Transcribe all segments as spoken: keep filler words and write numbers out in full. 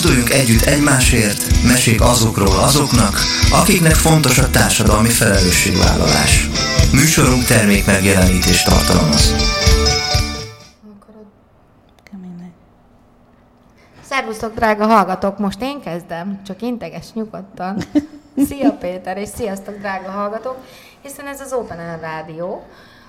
Mozduljunk együtt egymásért, mesék azokról azoknak, akiknek fontos a társadalmi felelősségvállalás. Műsorunk termék megjelenítést tartalmaz. Szervusztok, drága hallgatók! Most én kezdem, csak integes nyugodtan. Szia Péter, és sziasztok, drága hallgatók! Hiszen ez az Open Air Rádió,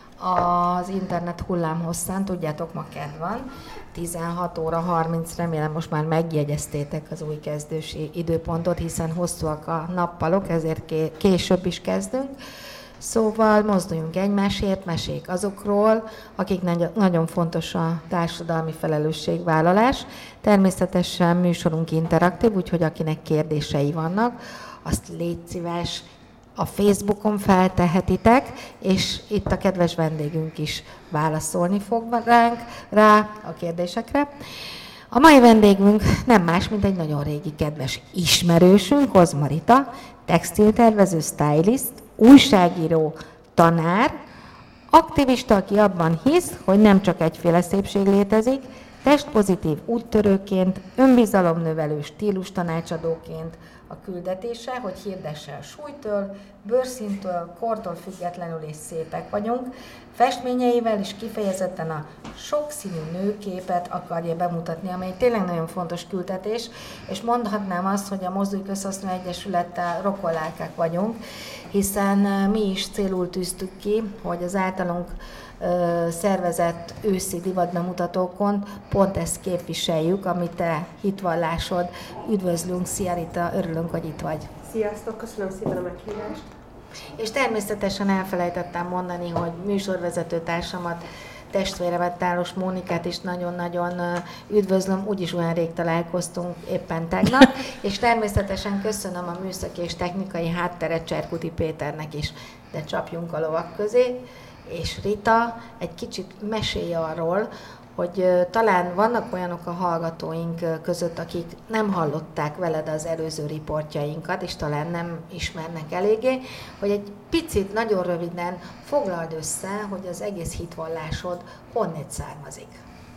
az internet hullámhosszán, tudjátok, ma kedd van, tizenhat óra harminc, remélem most már megjegyeztétek az új kezdős időpontot, hiszen hosszúak a nappalok, ezért később is kezdünk. Szóval mozduljunk egymásért, mesék azokról, akik nagyon fontos a társadalmi felelősségvállalás. Természetesen műsorunk interaktív, úgyhogy akinek kérdései vannak, azt légy szíves, a Facebookon feltehetitek, és itt a kedves vendégünk is válaszolni fog ránk, rá a kérdésekre. A mai vendégünk nem más, mint egy nagyon régi kedves ismerősünk, Kozma Rita, textiltervező, stylist, újságíró, tanár, aktivista, aki abban hisz, hogy nem csak egyféle szépség létezik, testpozitív úttörőként, önbizalomnövelő stílustanácsadóként a küldetése, hogy hirdesse a súlytől, bőrszíntől, kortól függetlenül is szépek vagyunk. Festményeivel is kifejezetten a sokszínű nőképet akarja bemutatni, amely tényleg nagyon fontos küldetés, és mondhatnám azt, hogy a Mozdulj Közhasznú Egyesülettel rokollálkák vagyunk, hiszen mi is célul tűztük ki, hogy az általunk szervezett őszi divatbemutatókon pont ezt képviseljük, amit te hitvallásod. Üdvözlünk, szia Rita, örülünk, hogy itt vagy. Sziasztok, köszönöm szépen a meghívást. És természetesen elfelejtettem mondani, hogy műsorvezető társamat, testvéremet, Tálos Mónikát is nagyon-nagyon üdvözlöm, úgyis olyan rég találkoztunk, éppen tegnap, és természetesen köszönöm a műszaki és technikai hátteret Cserkuti Péternek is, de csapjunk a lovak közé. És Rita, egy kicsit mesélj arról, hogy talán vannak olyanok a hallgatóink között, akik nem hallották veled az előző riportjainkat, és talán nem ismernek eléggé, hogy egy picit, nagyon röviden foglald össze, hogy az egész hitvallásod honnét származik.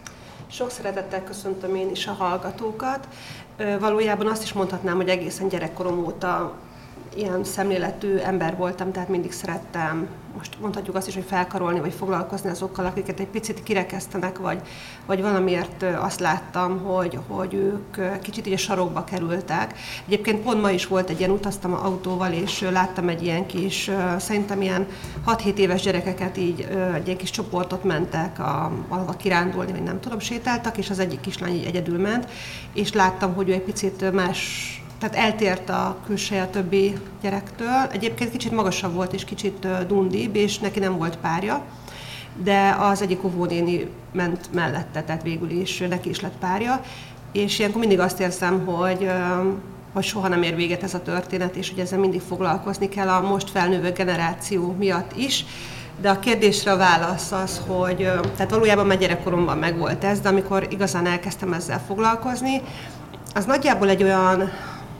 Sok szeretettel köszöntöm én is a hallgatókat. Valójában azt is mondhatnám, hogy egészen gyerekkorom óta ilyen szemléletű ember voltam, tehát mindig szerettem, most mondhatjuk azt is, hogy felkarolni, vagy foglalkozni azokkal, akiket egy picit kirekesztenek, vagy, vagy valamiért azt láttam, hogy, hogy ők kicsit így a sarokba kerültek. Egyébként pont ma is volt egy ilyen, utaztam autóval, és láttam egy ilyen kis, szerintem ilyen hat-hét éves gyerekeket így, egy ilyen kis csoportot mentek a, valahova kirándulni, vagy nem tudom, sétáltak, és az egyik kislány így egyedül ment, és láttam, hogy ő egy picit más, tehát eltért a külseje a többi gyerektől. Egyébként kicsit magasabb volt és kicsit dundibb, és neki nem volt párja, de az egyik óvónéni ment mellette, tehát végül is neki is lett párja. És ilyenkor mindig azt érzem, hogy, hogy soha nem ér véget ez a történet, és hogy ezzel mindig foglalkozni kell a most felnövő generáció miatt is. De a kérdésre a válasz az, hogy tehát valójában már gyerekkoromban megvolt ez, de amikor igazán elkezdtem ezzel foglalkozni, az nagyjából egy olyan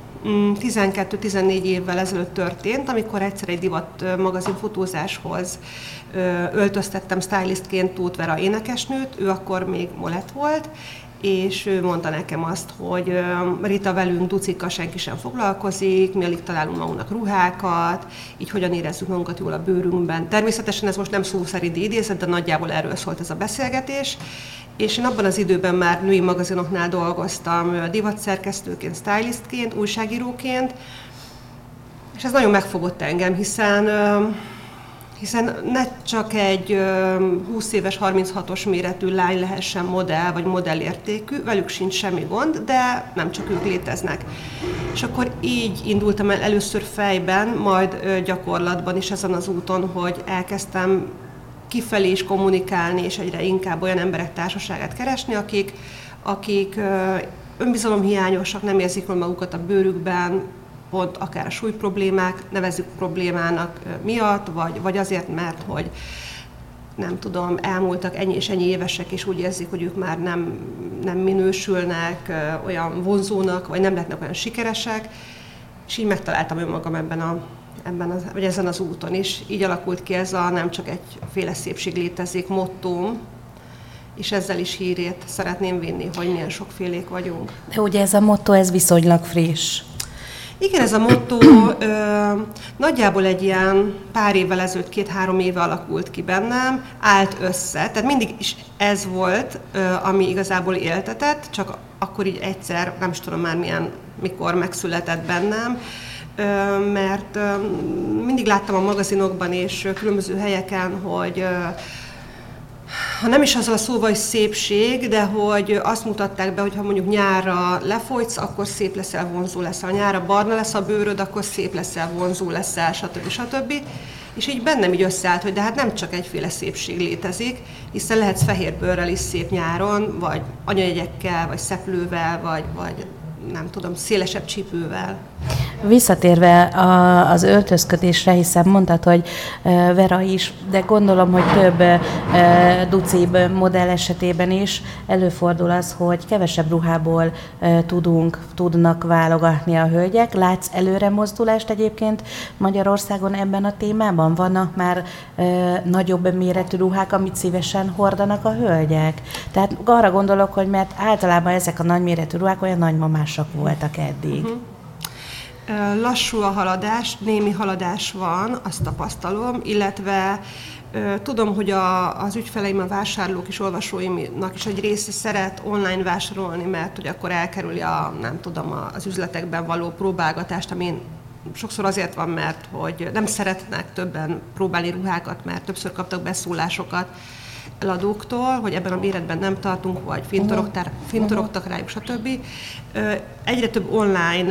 tizenkét-tizennégy évvel ezelőtt történt, amikor egyszer egy divat magazin fotózáshoz öltöztettem stylistként Tóth Vera énekesnőt, ő akkor még molett volt, és ő mondta nekem azt, hogy Rita, velünk ducikkal senki sem foglalkozik, mi alig találunk magunknak ruhákat, így hogyan érezzük magunkat jól a bőrünkben. Természetesen ez most nem szó szerinti idézet, de nagyjából erről szólt ez a beszélgetés. És én abban az időben már női magazinoknál dolgoztam, divatszerkesztőként, stylistként, újságíróként, és ez nagyon megfogott engem, hiszen, hiszen ne csak egy húsz éves, harminchatos méretű lány lehessen modell vagy modellértékű, velük sincs semmi gond, de nem csak ők léteznek. És akkor így indultam el először fejben, majd gyakorlatban is ezen az úton, hogy elkezdtem kifelé is kommunikálni, és egyre inkább olyan emberek társaságát keresni, akik, akik önbizalomhiányosak, nem érzik magukat a bőrükben, pont akár a súlyproblémák, nevezzük problémának miatt, vagy, vagy azért, mert hogy nem tudom, elmúltak ennyi és ennyi évesek, és úgy érzik, hogy ők már nem, nem minősülnek olyan vonzónak, vagy nem lehetnek olyan sikeresek, és így megtaláltam önmagam ebben a ebben az, vagy ezen az úton is. Így alakult ki ez a nem csak egyféle szépség létezik mottóm, és ezzel is hírét szeretném vinni, hogy milyen sokfélék vagyunk. De ugye ez a motto, ez viszonylag friss. Igen, ez a motto ö, nagyjából egy ilyen pár évvel ezelőtt, két-három éve alakult ki bennem, állt össze. Tehát mindig is ez volt, ö, ami igazából éltetett, csak akkor így egyszer, nem is tudom már milyen, mikor megszületett bennem, ö, mert ö, mindig láttam a magazinokban és különböző helyeken, hogy ö, ha nem is azzal a szóval, hogy szépség, de hogy azt mutatták be, hogy ha mondjuk nyárra lefolytsz, akkor szép leszel, vonzó leszel. Ha nyárra barna lesz a bőröd, akkor szép leszel, vonzó leszel, stb. stb. És így bennem így összeállt, hogy de hát nem csak egyféle szépség létezik, hiszen lehetsz fehér bőrrel is szép nyáron, vagy anyajegyekkel, vagy szeplővel, vagy, vagy nem tudom, szélesebb csípővel. Visszatérve a, az öltözködésre, hiszen mondtad, hogy e, Vera is, de gondolom, hogy több e, ducibb modell esetében is előfordul az, hogy kevesebb ruhából e, tudunk, tudnak válogatni a hölgyek. Látsz előre mozdulást egyébként Magyarországon ebben a témában? Vannak már e, nagyobb méretű ruhák, amit szívesen hordanak a hölgyek? Tehát arra gondolok, hogy mert általában ezek a nagyméretű ruhák olyan nagymamásak voltak eddig. Uh-huh. Lassú a haladás, némi haladás van, azt tapasztalom, illetve ö, tudom, hogy a, az ügyfeleim, a vásárlók és olvasóimnak is egy része szeret online vásárolni, mert hogy akkor elkerüli a, nem tudom, az üzletekben való próbálgatást, amin sokszor azért van, mert hogy nem szeretnek többen próbálni ruhákat, mert többször kaptak beszólásokat eladóktól, hogy ebben a méretben nem tartunk, vagy fintorogtak rájuk, stb. Egyre több online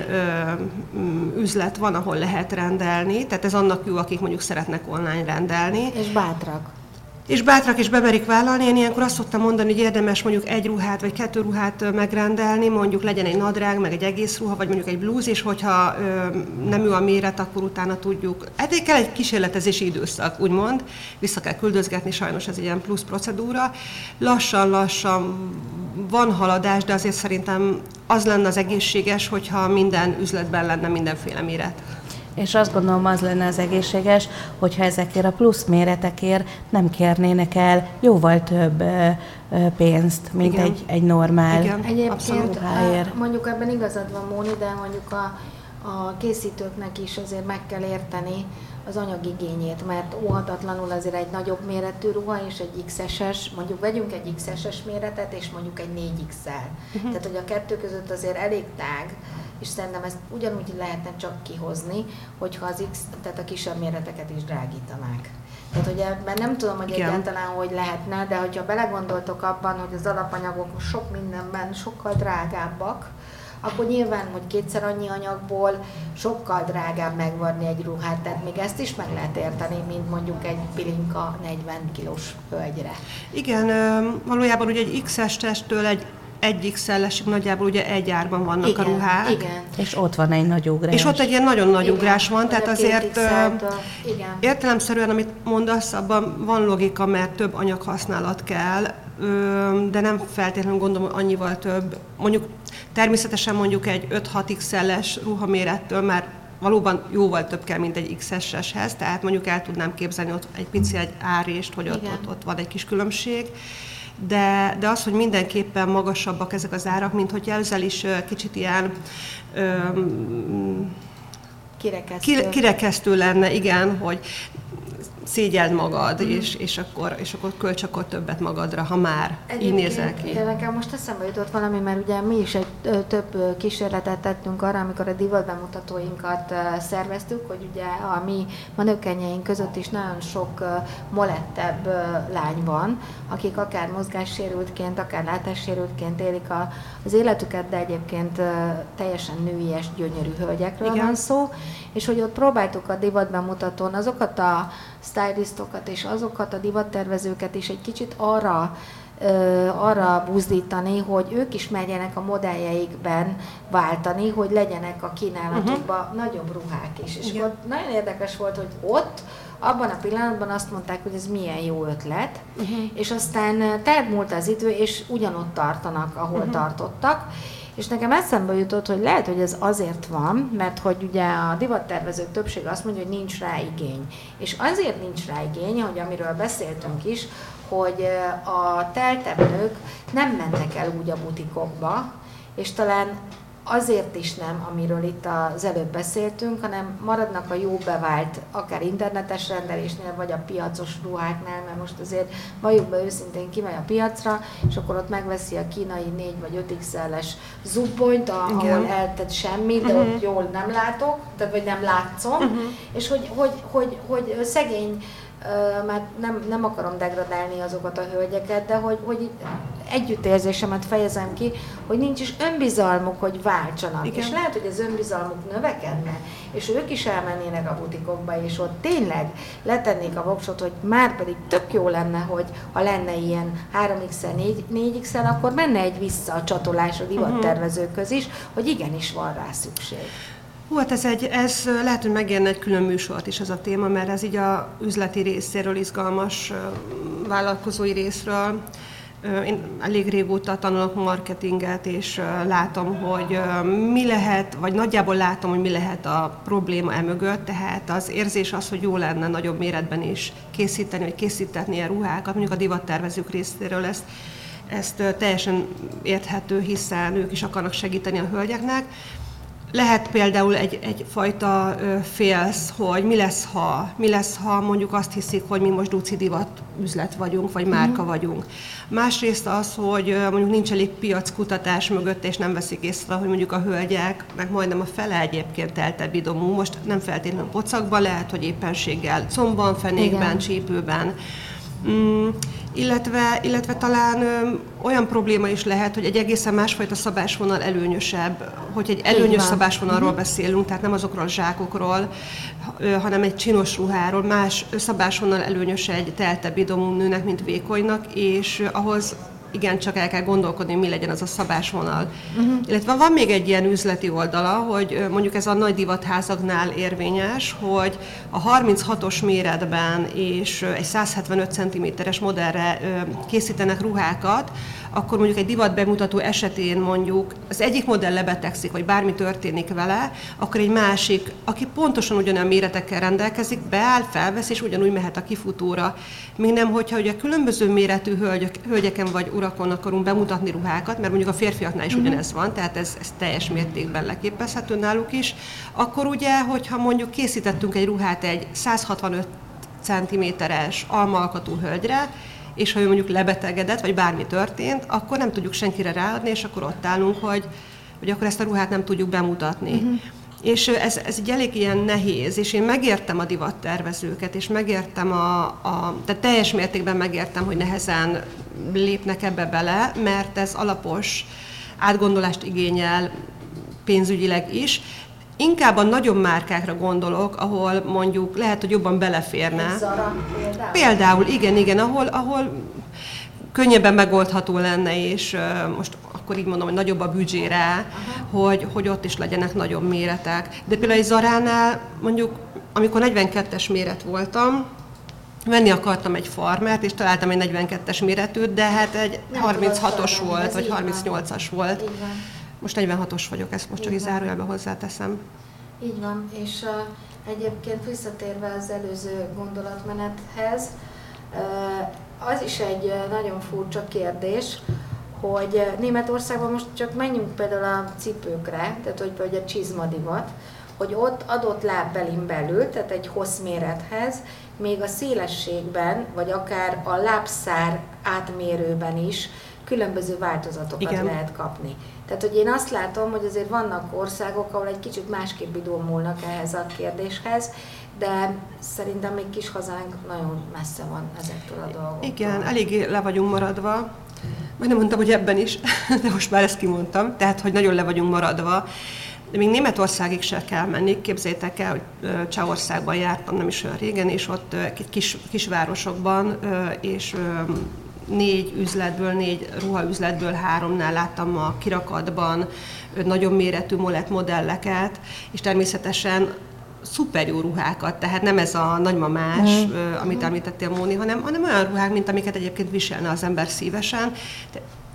üzlet van, ahol lehet rendelni, tehát ez annak jó, akik mondjuk szeretnek online rendelni. És bátrak. És bátrak is bemerik vállalni. Én ilyenkor azt szoktam mondani, hogy érdemes mondjuk egy ruhát vagy kettő ruhát megrendelni, mondjuk legyen egy nadrág, meg egy egész ruha, vagy mondjuk egy blúz, és hogyha ö, nem jó a méret, akkor utána tudjuk. Hát kell egy kísérletezési időszak, úgymond, vissza kell küldözgetni, sajnos ez egy ilyen plusz procedúra. Lassan-lassan van haladás, de azért szerintem az lenne az egészséges, hogyha minden üzletben lenne mindenféle méret. És azt gondolom, az lenne az egészséges, hogyha ezekért a plusz méretekért nem kérnének el jóval több ö, ö, pénzt, mint Igen. egy, egy normál Igen. Egyébként a, mondjuk ebben igazad van, Móni, de mondjuk a, a készítőknek is azért meg kell érteni az anyagigényét, mert óhatatlanul azért egy nagyobb méretű ruha és egy iksz es-es, mondjuk vegyünk egy iksz es-es méretet és mondjuk egy négy iksz el. Uh-huh. Tehát, hogy a kettő között azért elég tág, és szerintem ezt ugyanúgy lehetne csak kihozni, hogyha az X, tehát a kisebb méreteket is drágítanák. Tehát, hogy ebben nem tudom, hogy Igen. egyáltalán hogy lehetne, de hogyha belegondoltok abban, hogy az alapanyagok sok mindenben sokkal drágábbak, akkor nyilván, hogy kétszer annyi anyagból sokkal drágább megvarni egy ruhát, tehát még ezt is meg lehet érteni, mint mondjuk egy pilinka negyven kilós hölgyre. Igen, valójában ugye egy iksz es-től egy egy iksz el-esig nagyjából ugye egy árban vannak igen, a ruhák. Igen. És ott van egy nagy ugrás. És ott egy ilyen nagyon nagy igen, ugrás van, tehát azért igen. értelemszerűen, amit mondasz, abban van logika, mert több anyaghasználat kell, de nem feltétlenül gondolom, hogy annyival több. Mondjuk természetesen mondjuk egy öt-hat iksz el-es ruhamérettől már valóban jóval több kell, mint egy iksz es-eshez, tehát mondjuk el tudnám képzelni ott egy pici egy árést, hogy ott, ott, ott van egy kis különbség. De, de az, hogy mindenképpen magasabbak ezek az árak, mint hogy ezzel is kicsit ilyen öm, kirekesztő. kirekesztő lenne, igen, hogy szégyeld magad, mm. és, és, akkor, és akkor költs akkor többet magadra, ha már így nézel ki. Nekem most eszembe jutott valami, mert ugye mi is egy ö, több kísérletet tettünk arra, amikor a divat bemutatóinkat ö, szerveztük, hogy ugye a mi manökenjeink között is nagyon sok ö, molettebb ö, lány van, akik akár mozgássérültként, akár látássérültként élik a, az életüket, de egyébként ö, teljesen nőies, gyönyörű hölgyekről Igen. van szó, és hogy ott próbáltuk a divat bemutatón azokat a stylistokat és azokat a divattervezőket is egy kicsit arra, ö, arra buzdítani, hogy ők is merjenek a modelljeikben váltani, hogy legyenek a kínálatukban uh-huh. nagyobb ruhák is. És akkor nagyon érdekes volt, hogy ott abban a pillanatban azt mondták, hogy ez milyen jó ötlet, uh-huh. és aztán telt múlt az idő, és ugyanott tartanak, ahol uh-huh. tartottak, És nekem eszembe jutott, hogy lehet, hogy ez azért van, mert hogy ugye a divattervezők többsége azt mondja, hogy nincs rá igény. És azért nincs rá igény, hogy amiről beszéltünk is, hogy a teltebb nők nem mennek el úgy a butikokba, és talán azért is nem, amiről itt az előbb beszéltünk, hanem maradnak a jó bevált, akár internetes rendelésnél, vagy a piacos ruháknál, mert most azért valljuk be őszintén, kimegy a piacra, és akkor ott megveszi a kínai négy vagy öt iksz el-es zubbonyt, ahol eltett semmi, de uh-huh. ott jól nem látok, tehát vagy nem látszom, uh-huh. és hogy, hogy, hogy, hogy szegény, mert nem, nem akarom degradálni azokat a hölgyeket, de hogy, hogy együttérzésemet fejezem ki, hogy nincs is önbizalmuk, hogy váltsanak. Igen. És lehet, hogy az önbizalmuk növekedne, és ők is elmennének a butikokba, és ott tényleg letennék a voksot, hogy már pedig tök jó lenne, hogy ha lenne ilyen három iksz el, négy iksz el, akkor menne egy vissza a csatolás a divattervezőköz is, hogy igenis van rá szükség. Hú, hát ez, egy, ez lehet, hogy megérne egy külön műsort is ez a téma, mert ez így a üzleti részéről izgalmas, vállalkozói részről. Én elég régóta tanulok marketinget, és látom, hogy mi lehet, vagy nagyjából látom, hogy mi lehet a probléma emögött, tehát az érzés az, hogy jó lenne nagyobb méretben is készíteni, vagy készítetni ilyen ruhákat, mondjuk a divattervezők részéről ezt, ezt teljesen érthető, hiszen ők is akarnak segíteni a hölgyeknek. Lehet például egy, egyfajta félsz, hogy mi lesz, ha, mi lesz, ha mondjuk azt hiszik, hogy mi most duci divat üzlet vagyunk, vagy márka mm. vagyunk. Másrészt az, hogy mondjuk nincs elég piackutatás mögött, és nem veszik észre, hogy mondjuk a hölgyek, meg majdnem a fele egyébként teltebb idomú, most nem feltétlenül pocakban, lehet, hogy éppenséggel combban, fenékben, igen. csípőben. Mm, illetve, illetve talán ö, olyan probléma is lehet, hogy egy egészen másfajta szabásvonal előnyösebb, hogy egy előnyös szabásvonalról uh-huh. beszélünk, tehát nem azokról a zsákokról, ö, hanem egy csinos ruháról, más szabásvonal előnyös egy teltebb idomú nőnek, mint vékonynak, és ö, ahhoz igencsak el kell gondolkodni, mi legyen az a szabásvonal. Uh-huh. Illetve van még egy ilyen üzleti oldala, hogy mondjuk ez a nagy divatházaknál érvényes, hogy a harminchatos méretben és egy száz hetvenöt centiméteres modellre készítenek ruhákat, akkor mondjuk egy divat bemutató esetén mondjuk az egyik modell lebetegszik, vagy bármi történik vele, akkor egy másik, aki pontosan ugyanolyan méretekkel rendelkezik, beáll, felvesz, és ugyanúgy mehet a kifutóra. Még nem, hogyha ugye különböző méretű hölgyek, hölgyeken vagy urakon akarunk bemutatni ruhákat, mert mondjuk a férfiaknál is mm-hmm. ugyanez van, tehát ez, ez teljes mértékben leképezhető náluk is, akkor ugye, hogyha mondjuk készítettünk egy ruhát egy száz hatvanöt centiméteres almalkatú hölgyre, és ha ő mondjuk lebetegedett, vagy bármi történt, akkor nem tudjuk senkire ráadni, és akkor ott állunk, hogy, hogy akkor ezt a ruhát nem tudjuk bemutatni. Uh-huh. És ez, ez egy elég ilyen nehéz, és én megértem a divattervezőket, és megértem a, a, tehát teljes mértékben megértem, hogy nehezen lépnek ebbe bele, mert ez alapos átgondolást igényel pénzügyileg is. Inkább a nagyobb márkákra gondolok, ahol mondjuk lehet, hogy jobban beleférne. Zara például? Például, igen, igen, ahol, ahol könnyebben megoldható lenne, és uh, most akkor így mondom, hogy nagyobb a büdzsére, hogy, hogy ott is legyenek nagyobb méretek. De például egy Zaránál mondjuk, amikor negyvenkettes méret voltam, venni akartam egy farmert, és találtam egy negyvenkettes méretűt, de hát egy nem harminchatos volt, vagy harmincnyolcas volt. Most negyvenhatos vagyok, ezt most csak így zárójelbe hozzáteszem. Így van, és uh, egyébként visszatérve az előző gondolatmenethez, uh, az is egy uh, nagyon furcsa kérdés, hogy uh, Németországban most csak menjünk például a cipőkre, tehát hogy például a csizmadivat, hogy ott adott lábbelin belül, tehát egy hosszmérethez, még a szélességben, vagy akár a lábszár átmérőben is különböző változatokat igen. lehet kapni. Tehát, hogy én azt látom, hogy azért vannak országok, ahol egy kicsit másképp idomulnak ehhez a kérdéshez, de szerintem még kis hazánk nagyon messze van ezektől a dolgoktól. Igen, eléggé le vagyunk maradva. Majd nem mondtam, hogy ebben is, de most már ezt kimondtam, tehát, hogy nagyon le vagyunk maradva. De még Németországig se kell menni. Képzeljétek el, hogy Csehországban jártam nem is olyan régen, és ott kis, kisvárosokban, és négy üzletből, négy ruhaüzletből háromnál láttam a kirakatban nagyobb méretű molett modelleket, és természetesen szuper jó ruhákat, tehát nem ez a nagymamás, mm. amit említettél, Móni, hanem, hanem olyan ruhák, mint amiket egyébként viselne az ember szívesen. De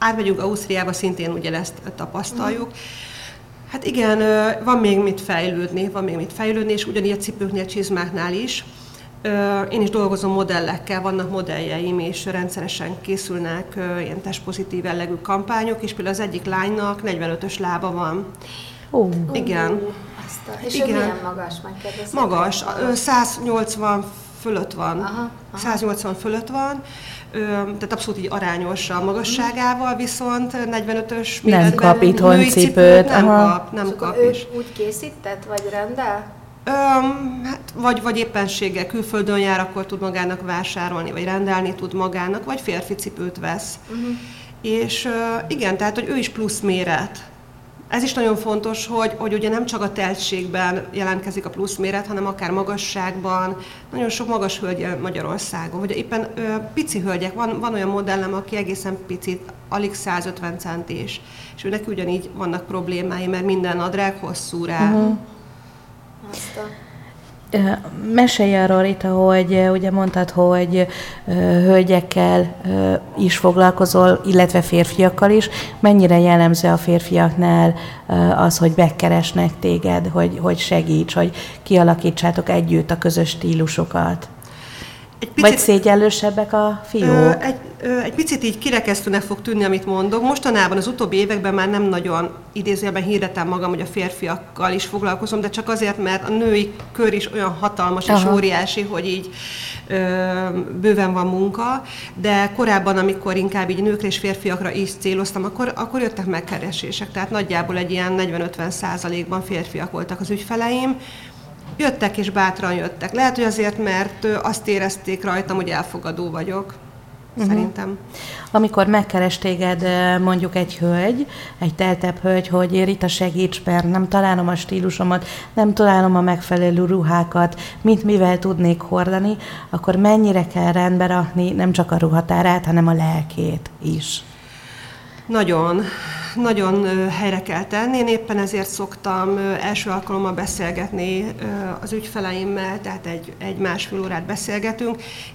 átmegyünk Ausztriába, szintén ugye ezt tapasztaljuk. Mm. Hát igen, van még mit fejlődni, van még mit fejlődni, és ugyanígy a cipőknél, csizmáknál is. Én is dolgozom modellekkel, vannak modelljeim, és rendszeresen készülnek ilyen testpozitív jellegű kampányok, és például az egyik lánynak negyvenötös lába van. Ó. Igen. Aztán. És igen. ő milyen magas? Megkérdeztem. Magas, száz nyolcvan fölött van. Aha, aha. száz nyolcvan fölött van, tehát abszolút így arányos a magasságával, viszont negyvenötös nem méretben kap itthon női cipőt. cipőt nem aha. kap, nem és kap ő is. úgy készített, vagy rendel? Öm, hát vagy, vagy éppenséggel külföldön jár, akkor tud magának vásárolni, vagy rendelni tud magának, vagy férfi cipőt vesz. Uh-huh. És uh, igen, tehát, hogy ő is plusz méret. Ez is nagyon fontos, hogy, hogy ugye nem csak a teltségben jelentkezik a plusz méret, hanem akár magasságban. Nagyon sok magas hölgy Magyarországon, hogy éppen ö, pici hölgyek, van, van olyan modellem, aki egészen picit, alig száz ötven centis, és őnek ugyanígy vannak problémái, mert minden nadrág hosszú rá. Uh-huh. Azt a... Mesélj arról, Rita, hogy ugye mondtad, hogy hölgyekkel is foglalkozol, illetve férfiakkal is. Mennyire jellemző a férfiaknál az, hogy megkeresnek téged, hogy, hogy segíts, hogy kialakítsátok együtt a közös stílusokat? Egy picit, vagy szégyellősebbek a fiúk? Ö, egy, ö, egy picit így kirekesztőnek fog tűnni, amit mondok. Mostanában az utóbbi években már nem nagyon idézőjelben hirdetem magam, hogy a férfiakkal is foglalkozom, de csak azért, mert a női kör is olyan hatalmas Aha. és óriási, hogy így ö, bőven van munka, de korábban, amikor inkább így nőkre és férfiakra is céloztam, akkor, akkor jöttek megkeresések, tehát nagyjából egy ilyen negyven-ötven százalékban férfiak voltak az ügyfeleim. Jöttek és bátran jöttek. Lehet, hogy azért, mert azt érezték rajtam, hogy elfogadó vagyok. Uh-huh. Szerintem. Amikor megkeres téged mondjuk egy hölgy, egy teltebb hölgy, hogy Rita, segíts, mert nem találom a stílusomat, nem találom a megfelelő ruhákat, mint mivel tudnék hordani, akkor mennyire kell rendbe rakni nem csak a ruhatárát, hanem a lelkét is? Nagyon. Nagyon helyre kell tenni. Én éppen ezért szoktam első alkalommal beszélgetni az ügyfeleimmel, tehát egy, egy másfél órát beszélgetünk,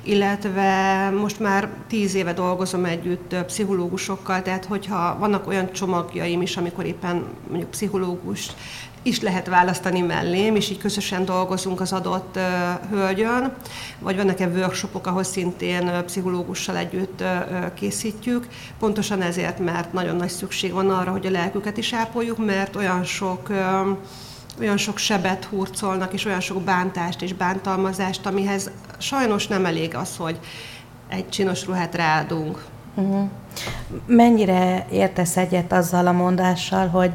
illetve most már tíz éve dolgozom együtt pszichológusokkal, tehát hogyha vannak olyan csomagjaim is, amikor éppen mondjuk pszichológust is lehet választani mellém, és így közösen dolgozunk az adott uh, hölgyön, vagy vannak-e workshopok, ahol szintén uh, pszichológussal együtt uh, készítjük. Pontosan ezért, mert nagyon nagy szükség van arra, hogy a lelküket is ápoljuk, mert olyan sok, uh, olyan sok sebet hurcolnak, és olyan sok bántást és bántalmazást, amihez sajnos nem elég az, hogy egy csinos ruhát ráadunk. Uh-huh. Mennyire értesz egyet azzal a mondással, hogy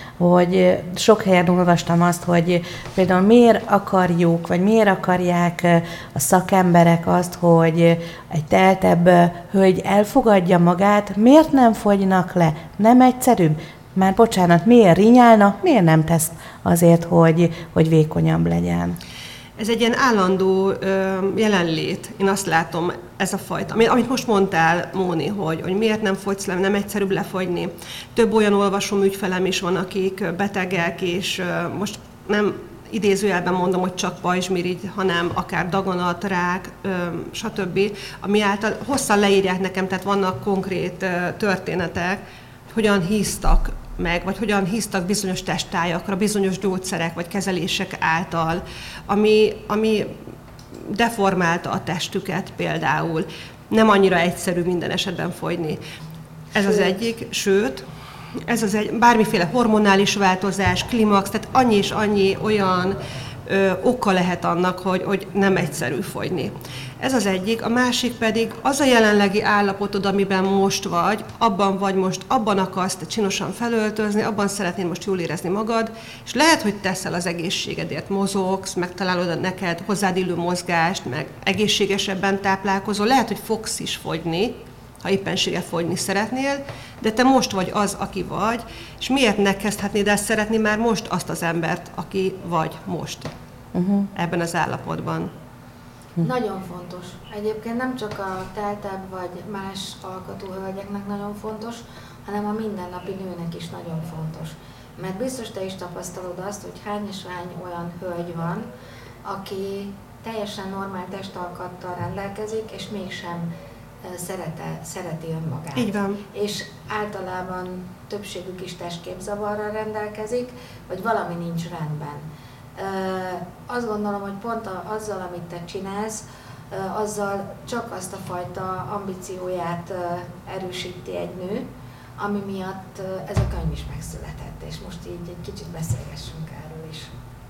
hogy sok helyen olvastam azt, hogy például miért akarjuk, vagy miért akarják a szakemberek azt, hogy egy teltebb hölgy elfogadja magát, miért nem fogynak le? Nem egyszerűbb? Már bocsánat, miért rinyálnak, miért nem tesz azért, hogy, hogy vékonyabb legyen? Ez egy ilyen állandó ö, jelenlét, én azt látom, ez a fajta. Amit most mondtál, Móni, hogy, hogy miért nem fogysz le, nem egyszerűbb lefogyni. Több olyan olvasom ügyfelem is van, akik betegek, és ö, most nem idézőjelben mondom, hogy csak pajzsmirigy, hanem akár daganat, rák, ö, stb., ami által hosszan leírják nekem, tehát vannak konkrét ö, történetek, hogyan híztak meg, vagy hogyan híztak bizonyos testtájakra, bizonyos gyógyszerek vagy kezelések által, ami, ami deformálta a testüket például. Nem annyira egyszerű minden esetben fogyni. Ez sőt. az egyik, sőt, ez az egy, bármiféle hormonális változás, klimax, tehát annyi és annyi olyan ö, oka lehet annak, hogy, hogy nem egyszerű fogyni. Ez az egyik, a másik pedig az a jelenlegi állapotod, amiben most vagy, abban vagy most, abban akarsz te csinosan felöltözni, abban szeretnéd most jól érezni magad, és lehet, hogy teszel az egészségedért, mozogsz, megtalálod neked hozzád illő mozgást, meg egészségesebben táplálkozol, lehet, hogy fogsz is fogyni, ha éppenséggel fogyni szeretnél, de te most vagy az, aki vagy, és miért ne kezdhetnéd el szeretni már most azt az embert, aki vagy most uh-huh. ebben az állapotban. Nagyon fontos. Egyébként nem csak a teltebb vagy más alkatú hölgyeknek nagyon fontos, hanem a mindennapi nőnek is nagyon fontos. Mert biztos te is tapasztalod azt, hogy hány és hány olyan hölgy van, aki teljesen normál testalkattal rendelkezik, és mégsem szerete, szereti önmagát. Így van. És általában többségük is testképzavarral rendelkezik, vagy valami nincs rendben. Azt gondolom, hogy pont azzal, amit te csinálsz, azzal csak azt a fajta ambícióját erősíti egy nő, ami miatt ez a könyv is megszületett, és most így egy kicsit beszélgessünk erről is.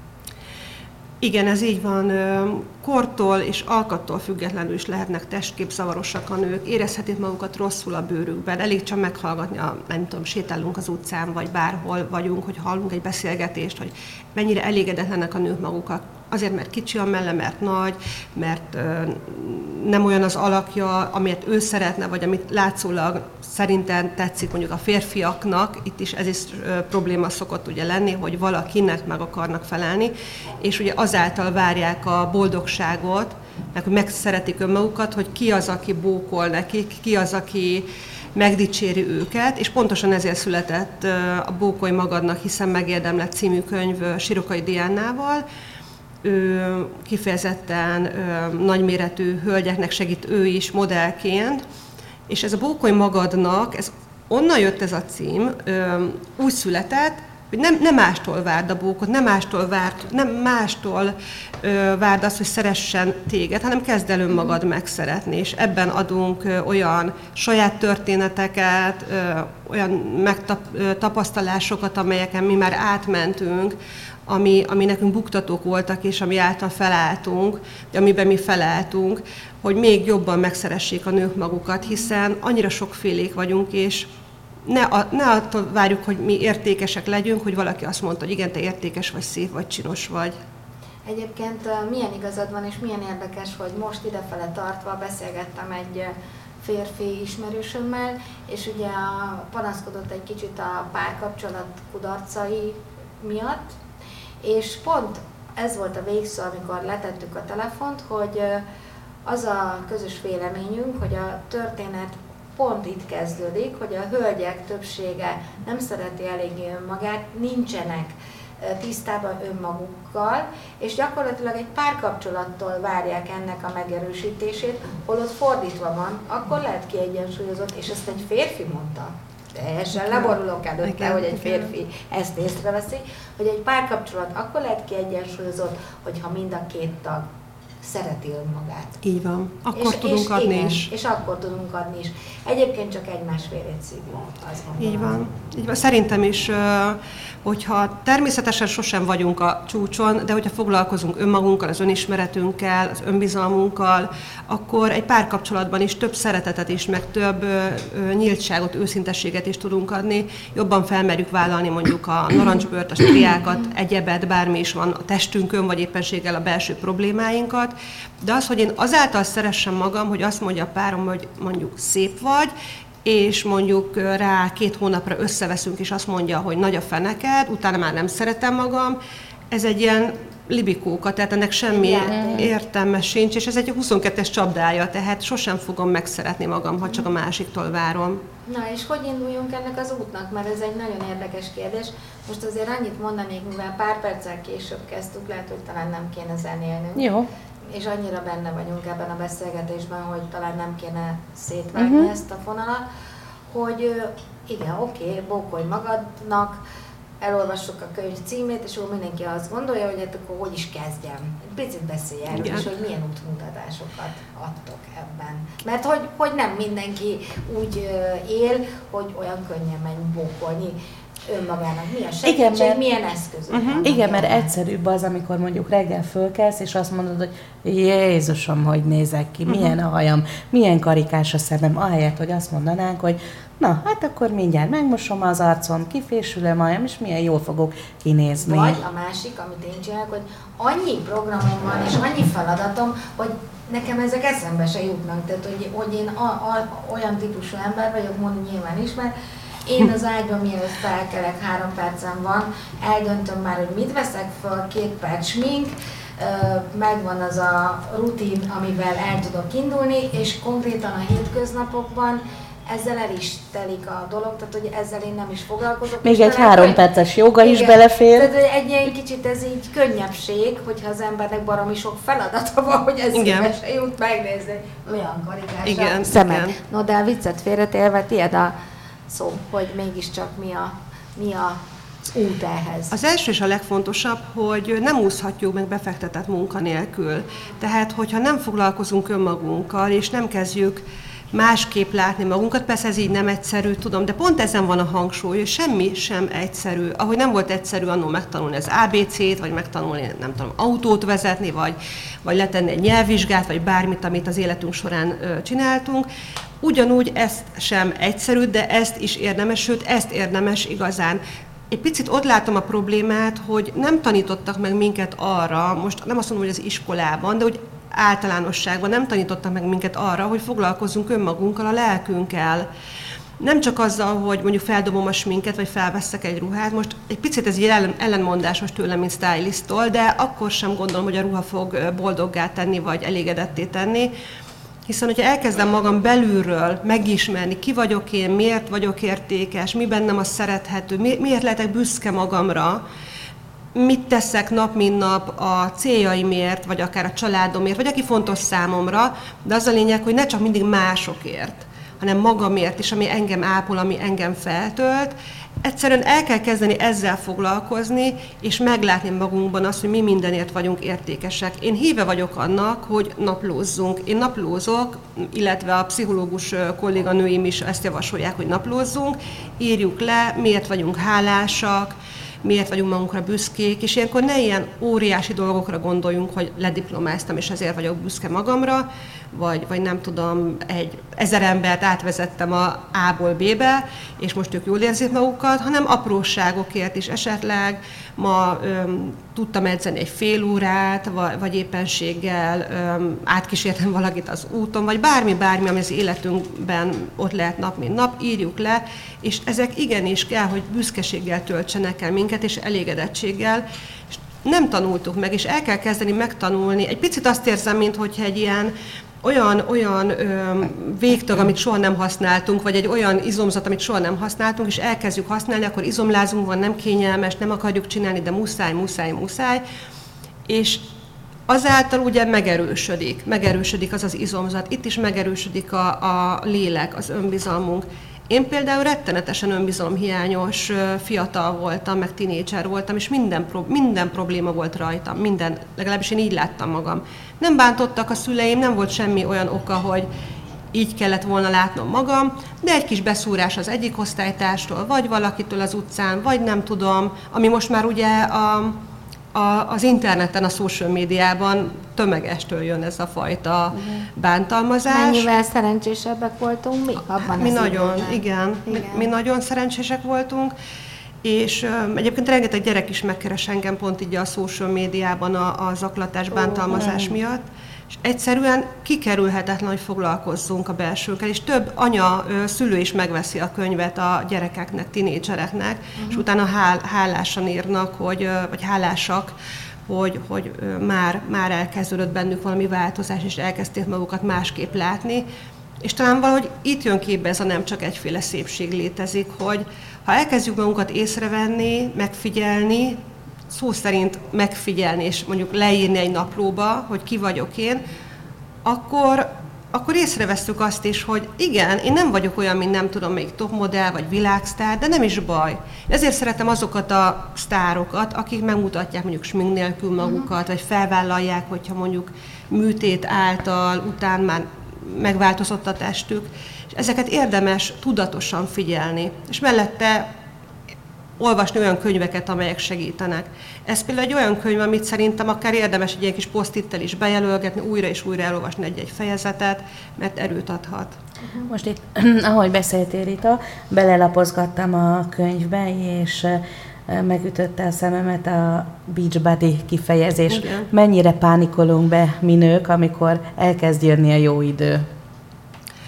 Igen, ez így van. Kortól és alkattól függetlenül is lehetnek testképzavarosak a nők, érezhetik magukat rosszul a bőrükben. Elég csak meghallgatni, a, nem tudom, sétálunk az utcán, vagy bárhol vagyunk, hogy hallunk egy beszélgetést, hogy mennyire elégedetlenek a nők magukat. Azért, mert kicsi a melle, mert nagy, mert ö, nem olyan az alakja, amit ő szeretne, vagy amit látszólag szerintem tetszik mondjuk a férfiaknak. Itt is ez is ö, probléma szokott ugye lenni, hogy valakinek meg akarnak felelni, és ugye azáltal várják a boldogságot, meg hogy megszeretik önmagukat, hogy ki az, aki bókol nekik, ki az, aki megdicséri őket, és pontosan ezért született a Bókolj magadnak, hiszen megérdemled című könyv Sirokai Diánával. Ő kifejezetten ö, nagyméretű hölgyeknek segít ő is modellként, és ez a Bókolj magadnak, ez onnan jött ez a cím, ö, úgy született, hogy nem, nem mástól várd a bókot, nem mástól várd, nem mástól ö, várd azt, hogy szeressen téged, hanem kezd el önmagad megszeretni, és ebben adunk ö, olyan saját történeteket, ö, olyan megtapasztalásokat, amelyeken mi már átmentünk, Ami, ami nekünk buktatók voltak, és ami által felálltunk, amiben mi felálltunk, hogy még jobban megszeressék a nők magukat, hiszen annyira sokfélék vagyunk, és ne, a, ne attól várjuk, hogy mi értékesek legyünk, hogy valaki azt mondta, hogy igen, te értékes vagy, szép vagy, csinos vagy. Egyébként milyen igazad van, és milyen érdekes, hogy most idefele tartva beszélgettem egy férfi ismerősömmel, és ugye panaszkodott egy kicsit a párkapcsolat kudarcai miatt, és pont ez volt a végszó, amikor letettük a telefont, hogy az a közös véleményünk, hogy a történet pont itt kezdődik, hogy a hölgyek többsége nem szereti eléggé önmagát, nincsenek tisztában önmagukkal, és gyakorlatilag egy párkapcsolattól várják ennek a megerősítését, holott fordítva van, akkor lehet kiegyensúlyozott, és ezt egy férfi mondta. Teljesen leborulok előtte, hogy egy férfi ezt észreveszi, hogy egy párkapcsolat akkor lehet kiegyensúlyozott, hogyha mind a két tag szereti önmagát. Így van. Akkor és, tudunk és adni igen, is. És akkor tudunk adni is. Egyébként csak egymás vérét szívjuk, azt gondolom. Így van. Így van. Szerintem is, hogyha természetesen sosem vagyunk a csúcson, de hogyha foglalkozunk önmagunkkal, az önismeretünkkel, az önbizalmunkkal, akkor egy párkapcsolatban is több szeretetet is, meg több nyíltságot, őszintességet is tudunk adni. Jobban felmerjük vállalni mondjuk a narancsbőrt, a striákat, egyebet, bármi is van a testünkön, vagy éppenséggel a belső problémáinkat. De az, hogy én azáltal szeressem magam, hogy azt mondja a párom, hogy mondjuk szép vagy, és mondjuk rá két hónapra összeveszünk, és azt mondja, hogy nagy a feneked, utána már nem szeretem magam, ez egy ilyen libikóka, tehát ennek semmi Igen. értelme sincs, és ez egy huszonkettes csapdája, tehát sosem fogom megszeretni magam, ha csak a másiktól várom. Na és hogy induljunk ennek az útnak? Mert ez egy nagyon érdekes kérdés. Most azért annyit mondanék, mivel pár perccel később kezdtük, lehet, hogy talán nem kéne zenélnünk. Jó. És annyira benne vagyunk ebben a beszélgetésben, hogy talán nem kéne szétvágni uh-huh. ezt a fonalat, hogy igen, oké, okay, bókolj magadnak, elolvassuk a könyv címét, és akkor mindenki azt gondolja, hogy hát akkor hogy is kezdjem. Egy picit beszélj erről, és hogy milyen útmutatásokat adtok ebben. Mert hogy, hogy nem mindenki úgy él, hogy olyan könnyen megy bókolni önmagának. Milyen segítség, Igen, mert, milyen eszközök uh-huh. Igen, mert egyszerűbb az, amikor mondjuk reggel fölkelsz, és azt mondod, hogy Jézusom, hogy nézek ki, milyen a hajam, milyen karikás a szemem, ahelyett, hogy azt mondanánk, hogy na, hát akkor mindjárt megmosom az arcom, kifésülöm a hajam, és milyen jól fogok kinézni. Vagy a másik, amit én csinálok, hogy annyi programom van, és annyi feladatom, hogy nekem ezek eszembe se jutnak. Tehát, hogy, hogy én a, a, olyan típusú ember vagyok, mondani nyilván is, mert én az ágyban, mielőtt felkelek, három percem van, eldöntöm már, hogy mit veszek föl, két perc smink, megvan az a rutin, amivel el tudok indulni, és konkrétan a hétköznapokban ezzel el is telik a dolog, tehát hogy ezzel én nem is foglalkozok. Még egy három perces joga is belefér. Tehát egy ilyen kicsit ez így könnyebbség, hogyha az embernek baromi sok feladata van, hogy ez szívesen jut megnézni olyan karikás a szemed. No, de a viccet félretélve, tiéd a szó, hogy mégiscsak mi a, mi a út ehhez. Az első és a legfontosabb, hogy nem úszhatjuk meg befektetett munka nélkül. Tehát, hogyha nem foglalkozunk önmagunkkal, és nem kezdjük másképp látni magunkat, persze ez így nem egyszerű, tudom, de pont ezen van a hangsúly, hogy semmi sem egyszerű. Ahogy nem volt egyszerű annól megtanulni az á bé cét, vagy megtanulni, nem tudom, autót vezetni, vagy, vagy letenni egy nyelvvizsgát, vagy bármit, amit az életünk során ö, csináltunk. Ugyanúgy ez sem egyszerű, de ezt is érdemes, sőt, ezt érdemes igazán. Egy picit ott látom a problémát, hogy nem tanítottak meg minket arra, most nem azt mondom, hogy az iskolában, de hogy általánosságban nem tanítottak meg minket arra, hogy foglalkozzunk önmagunkkal, a lelkünkkel. Nem csak azzal, hogy mondjuk feldobom a sminket, vagy felveszek egy ruhát. Most egy picit ez így ellenmondásos tőlem, mint stylisttól, de akkor sem gondolom, hogy a ruha fog boldoggá tenni, vagy elégedetté tenni. Hiszen, hogyha elkezdem magam belülről megismerni, ki vagyok én, miért vagyok értékes, mi bennem a szerethető, mi, miért lehetek büszke magamra, mit teszek nap, mint nap a céljaimért, vagy akár a családomért, vagy aki fontos számomra, de az a lényeg, hogy ne csak mindig másokért, hanem magamért is, ami engem ápol, ami engem feltölt. Egyszerűen el kell kezdeni ezzel foglalkozni, és meglátni magunkban azt, hogy mi mindenért vagyunk értékesek. Én híve vagyok annak, hogy naplózzunk. Én naplózok, illetve a pszichológus kolléganőim is ezt javasolják, hogy naplózzunk, írjuk le, miért vagyunk hálásak, miért vagyunk magunkra büszkék, és ilyenkor ne ilyen óriási dolgokra gondoljunk, hogy lediplomáztam, és ezért vagyok büszke magamra, vagy, vagy nem tudom, egy ezer embert átvezettem a A-ból B-be, és most ők jól érzik magukat, hanem apróságokért is esetleg. Ma öm, tudtam edzeni egy fél órát, vagy, vagy éppenséggel öm, átkísértem valakit az úton, vagy bármi, bármi, ami az életünkben ott lehet nap, mint nap, írjuk le, és ezek igenis kell, hogy büszkeséggel töltsenek el minket, és elégedettséggel, és nem tanultuk meg, és el kell kezdeni megtanulni. Egy picit azt érzem, mintha egy ilyen olyan, olyan ö, végtag, amit soha nem használtunk, vagy egy olyan izomzat, amit soha nem használtunk, és elkezdjük használni, akkor izomlázunk van, nem kényelmes, nem akarjuk csinálni, de muszáj, muszáj, muszáj. És azáltal ugye megerősödik, megerősödik az az izomzat, itt is megerősödik a, a lélek, az önbizalmunk. Én például rettenetesen önbizalomhiányos fiatal voltam, meg tinédzser voltam, és minden, pro, minden probléma volt rajtam, minden, legalábbis én így láttam magam. Nem bántottak a szüleim, nem volt semmi olyan oka, hogy így kellett volna látnom magam, de egy kis beszúrás az egyik osztálytárstól, vagy valakitől az utcán, vagy nem tudom, ami most már ugye a, a, az interneten, a social médiában tömegestől jön ez a fajta bántalmazás. Mennyivel szerencsésebbek voltunk mi? Abban mi nagyon, igen, igen. Mi, mi nagyon szerencsések voltunk, és uh, egyébként rengeteg gyerek is megkeres engem pont így a social médiában a, a zaklatás, bántalmazás oh, miatt, és egyszerűen kikerülhetetlen, hogy foglalkozzunk a belsőkkel, és több anya, szülő is megveszi a könyvet a gyerekeknek, tinédzsereknek, uh-huh. és utána hál, hálásan írnak, hogy, vagy hálásak, hogy, hogy már, már elkezdődött bennük valami változás, és elkezdték magukat másképp látni. És talán valahogy itt jön képbe ez a nem csak egyféle szépség létezik, hogy ha elkezdjük magunkat észrevenni, megfigyelni, szó szerint megfigyelni, és mondjuk leírni egy naplóba, hogy ki vagyok én, akkor, akkor észrevesztük azt is, hogy igen, én nem vagyok olyan, mint nem tudom, még topmodell vagy világsztár, de nem is baj. Ezért szeretem azokat a sztárokat, akik megmutatják mondjuk smink nélkül magukat, vagy felvállalják, hogyha mondjuk műtét által, után már megváltozott a testük, és ezeket érdemes tudatosan figyelni, és mellette olvasni olyan könyveket, amelyek segítenek. Ez például egy olyan könyv, amit szerintem akár érdemes egy ilyen kis posztittel is bejelölgetni, újra és újra elolvasni egy-egy fejezetet, mert erőt adhat. Most itt, ahogy beszéltél, Rita, belelapozgattam a könyvbe, és megütötte a szememet a beachbody kifejezés. Igen. Mennyire pánikolunk be mi nők, amikor elkezd jönni a jó idő?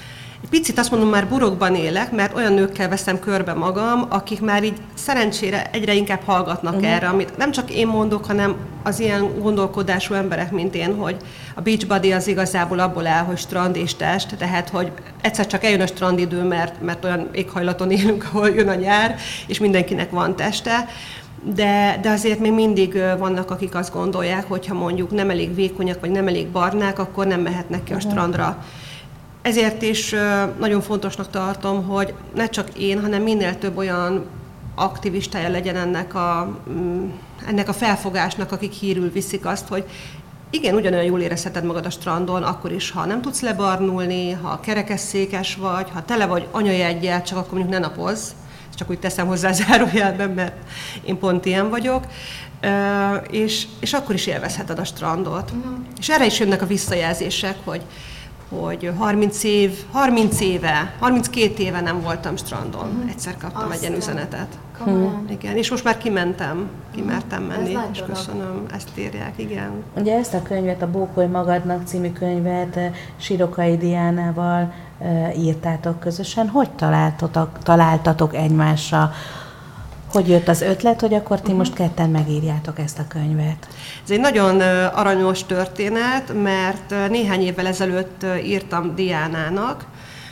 egy picit azt mondom, már burokban élek, mert olyan nőkkel veszem körbe magam, akik már így szerencsére egyre inkább hallgatnak uh-huh. erre, amit nem csak én mondok, hanem az ilyen gondolkodású emberek, mint én, hogy a beachbody az igazából abból áll, hogy strand és test, tehát, hogy egyszer csak eljön a strandidő, mert, mert olyan éghajlaton élünk, ahol jön a nyár, és mindenkinek van teste. De, de azért még mindig vannak, akik azt gondolják, hogy ha mondjuk nem elég vékonyak, vagy nem elég barnák, akkor nem mehetnek ki a uh-huh. strandra. Ezért is nagyon fontosnak tartom, hogy ne csak én, hanem minél több olyan aktivistája legyen ennek a, ennek a felfogásnak, akik hírül viszik azt, hogy igen, ugyanolyan jól érezheted magad a strandon, akkor is, ha nem tudsz lebarnulni, ha kerekesszékes vagy, ha tele vagy anyajeggyel, csak akkor mondjuk ne napozz. Csak úgy teszem hozzá zárójelben, mert én pont ilyen vagyok, uh, és, és akkor is élvezheted a strandot. Uh-huh. És erre is jönnek a visszajelzések, hogy, hogy harminc év, harminc éve, harminckét éve nem voltam strandon. Uh-huh. Egyszer kaptam Aztán. egy ilyen üzenetet. Hmm. Igen, és most már kimentem, kimertem menni, és köszönöm, ezt írják, igen. Ugye ezt a könyvet, a Bókolj magadnak című könyvet Sirokai Diánával írtátok közösen. Hogy találtatok, találtatok egymásra? Hogy jött az ötlet, hogy akkor ti uh-huh. most ketten megírjátok ezt a könyvet? Ez egy nagyon aranyos történet, mert néhány évvel ezelőtt írtam Diánának.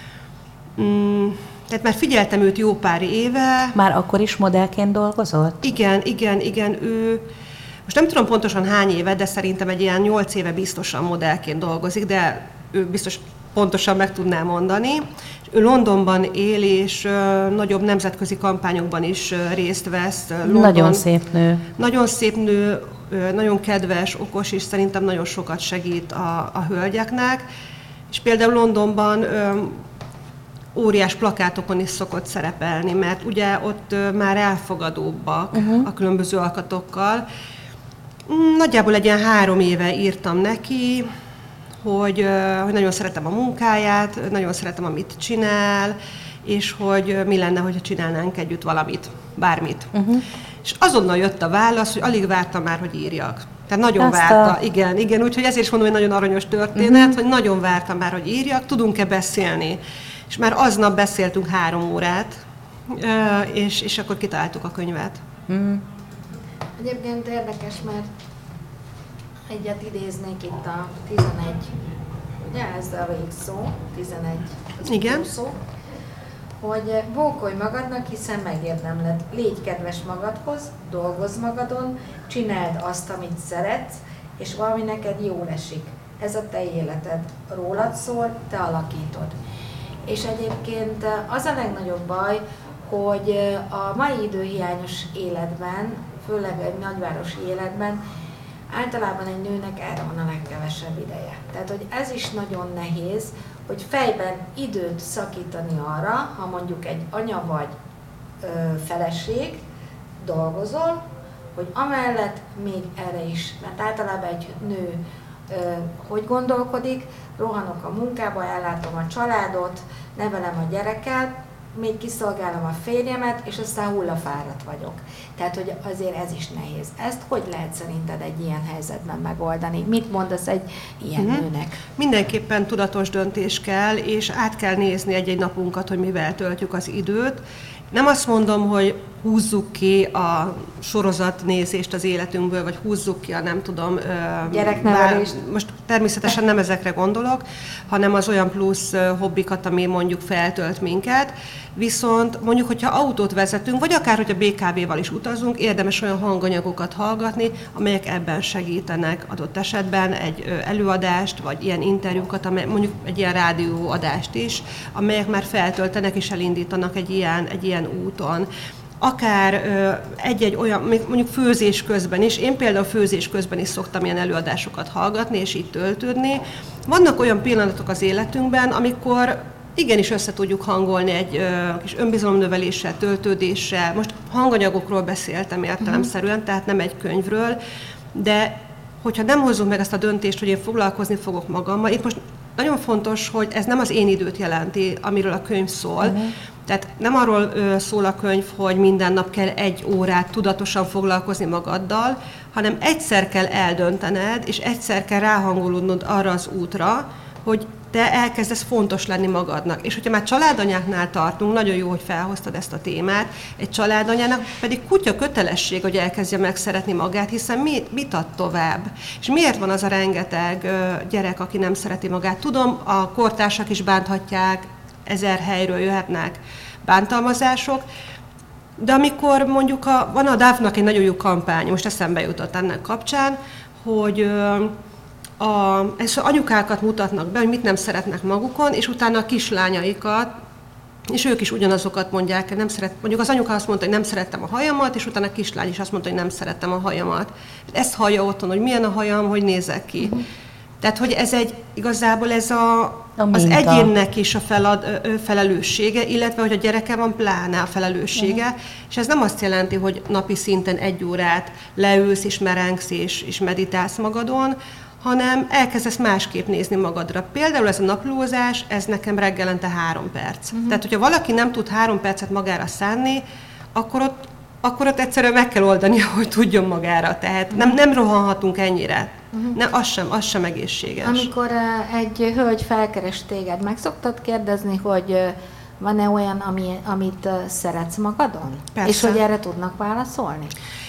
Mm. Tehát már figyeltem őt jó pár éve. Már akkor is modellként dolgozott? Igen, igen, igen. Ő, most nem tudom pontosan hány éve, de szerintem egy ilyen nyolc éve biztosan modellként dolgozik, de ő biztos pontosan meg tudná mondani. Ő Londonban él, és uh, nagyobb nemzetközi kampányokban is uh, részt vesz. London, nagyon szép nő. Nagyon szép nő, uh, nagyon kedves, okos, és szerintem nagyon sokat segít a, a hölgyeknek. És például Londonban uh, óriás plakátokon is szokott szerepelni, mert ugye ott már elfogadóbbak uh-huh. a különböző alkatokkal. Nagyjából egy ilyen három éve írtam neki, hogy, hogy nagyon szeretem a munkáját, nagyon szeretem, amit csinál, és hogy mi lenne, hogyha csinálnánk együtt valamit, bármit. Uh-huh. És azonnal jött a válasz, hogy alig vártam már, hogy írjak. Tehát nagyon Azt várta, a... igen, igen, úgyhogy ezért is mondom, hogy nagyon aranyos történet, uh-huh. hogy nagyon vártam már, hogy írjak, tudunk-e beszélni. És már aznap beszéltünk három órát, és, és akkor kitaláltuk a könyvet. Mm. Egyébként érdekes, mert egyet idéznék itt a tizenegy, ugye ez a végszó, tizenegy Igen. szó, hogy bókolj magadnak, hiszen megérdemled. Légy kedves magadhoz, dolgozz magadon, csináld azt, amit szeretsz, és valami neked jól esik. Ez a te életed. Rólad szól, te alakítod. És egyébként az a legnagyobb baj, hogy a mai időhiányos életben, főleg egy nagyvárosi életben, általában egy nőnek erre van a legkevesebb ideje. Tehát, hogy ez is nagyon nehéz, hogy fejben időt szakítani arra, ha mondjuk egy anya vagy ö, feleség, dolgozol, hogy amellett még erre is, mert általában egy nő ö, hogy gondolkodik, rohanok a munkába, ellátom a családot, nevelem a gyereket, még kiszolgálom a férjemet, és aztán hullafáradt vagyok. Tehát, hogy azért ez is nehéz. Ezt hogy lehet szerinted egy ilyen helyzetben megoldani? Mit mondasz egy ilyen uh-huh. nőnek? Mindenképpen tudatos döntés kell, és át kell nézni egy-egy napunkat, hogy mivel töltjük az időt. Nem azt mondom, hogy húzzuk ki a sorozatnézést az életünkből, vagy húzzuk ki a nem tudom... Gyereknevelést. Most természetesen nem ezekre gondolok, hanem az olyan plusz hobbikat, ami mondjuk feltölt minket. Viszont mondjuk, hogyha autót vezetünk, vagy akár, hogyha bé ká véval is utazunk, érdemes olyan hanganyagokat hallgatni, amelyek ebben segítenek adott esetben egy előadást, vagy ilyen interjúkat, amely, mondjuk egy ilyen rádióadást is, amelyek már feltöltenek és elindítanak egy ilyen, egy ilyen úton. Akár egy-egy olyan, mondjuk főzés közben is, én például főzés közben is szoktam ilyen előadásokat hallgatni, és így töltődni. Vannak olyan pillanatok az életünkben, amikor igenis össze tudjuk hangolni egy ö, kis önbizalomnöveléssel, töltődéssel. Most hanganyagokról beszéltem értelemszerűen, tehát nem egy könyvről, de hogyha nem hozzunk meg ezt a döntést, hogy én foglalkozni fogok magammal, itt most nagyon fontos, hogy ez nem az én időt jelenti, amiről a könyv szól. Uh-huh. Tehát nem arról ö, szól a könyv, hogy minden nap kell egy órát tudatosan foglalkozni magaddal, hanem egyszer kell eldöntened, és egyszer kell ráhangolódnod arra az útra, hogy te elkezdesz fontos lenni magadnak. És hogyha már családanyáknál tartunk, nagyon jó, hogy felhoztad ezt a témát, egy családanyának pedig kutya kötelesség, hogy elkezdje megszeretni magát, hiszen mit, mit ad tovább? És miért van az a rengeteg gyerek, aki nem szereti magát? Tudom, a kortársak is bánthatják, ezer helyről jöhetnek bántalmazások, de amikor mondjuk a, van a dávnak egy nagyon jó kampány, most eszembe jutott ennek kapcsán, hogy a, ez anyukákat mutatnak be, hogy mit nem szeretnek magukon, és utána a kislányaikat, és ők is ugyanazokat mondják, nem szeret, mondjuk az anyuka azt mondta, hogy nem szerettem a hajamat, és utána a kislány is azt mondta, hogy nem szerettem a hajamat. Ezt hallja otthon, hogy milyen a hajam, hogy nézek ki. Uh-huh. Tehát, hogy ez egy, igazából ez a, a az egyénnek is a felad, ö, felelőssége, illetve, hogy a gyereke van pláne a felelőssége, uh-huh. és ez nem azt jelenti, hogy napi szinten egy órát leülsz, és merengsz, és, és meditálsz magadon, hanem elkezdesz másképp nézni magadra. Például ez a naplózás, ez nekem reggelente három perc. Uh-huh. Tehát, hogyha valaki nem tud három percet magára szánni, akkor ott, akkor ott egyszerűen meg kell oldani, hogy tudjon magára. Tehát uh-huh. nem, nem rohanhatunk ennyire. Uh-huh. Nem, az sem, az sem egészséges. Amikor uh, egy hölgy felkeres téged, meg szoktad kérdezni, hogy uh, van-e olyan, ami, amit uh, szeretsz magadon? Persze. És hogy erre tudnak válaszolni?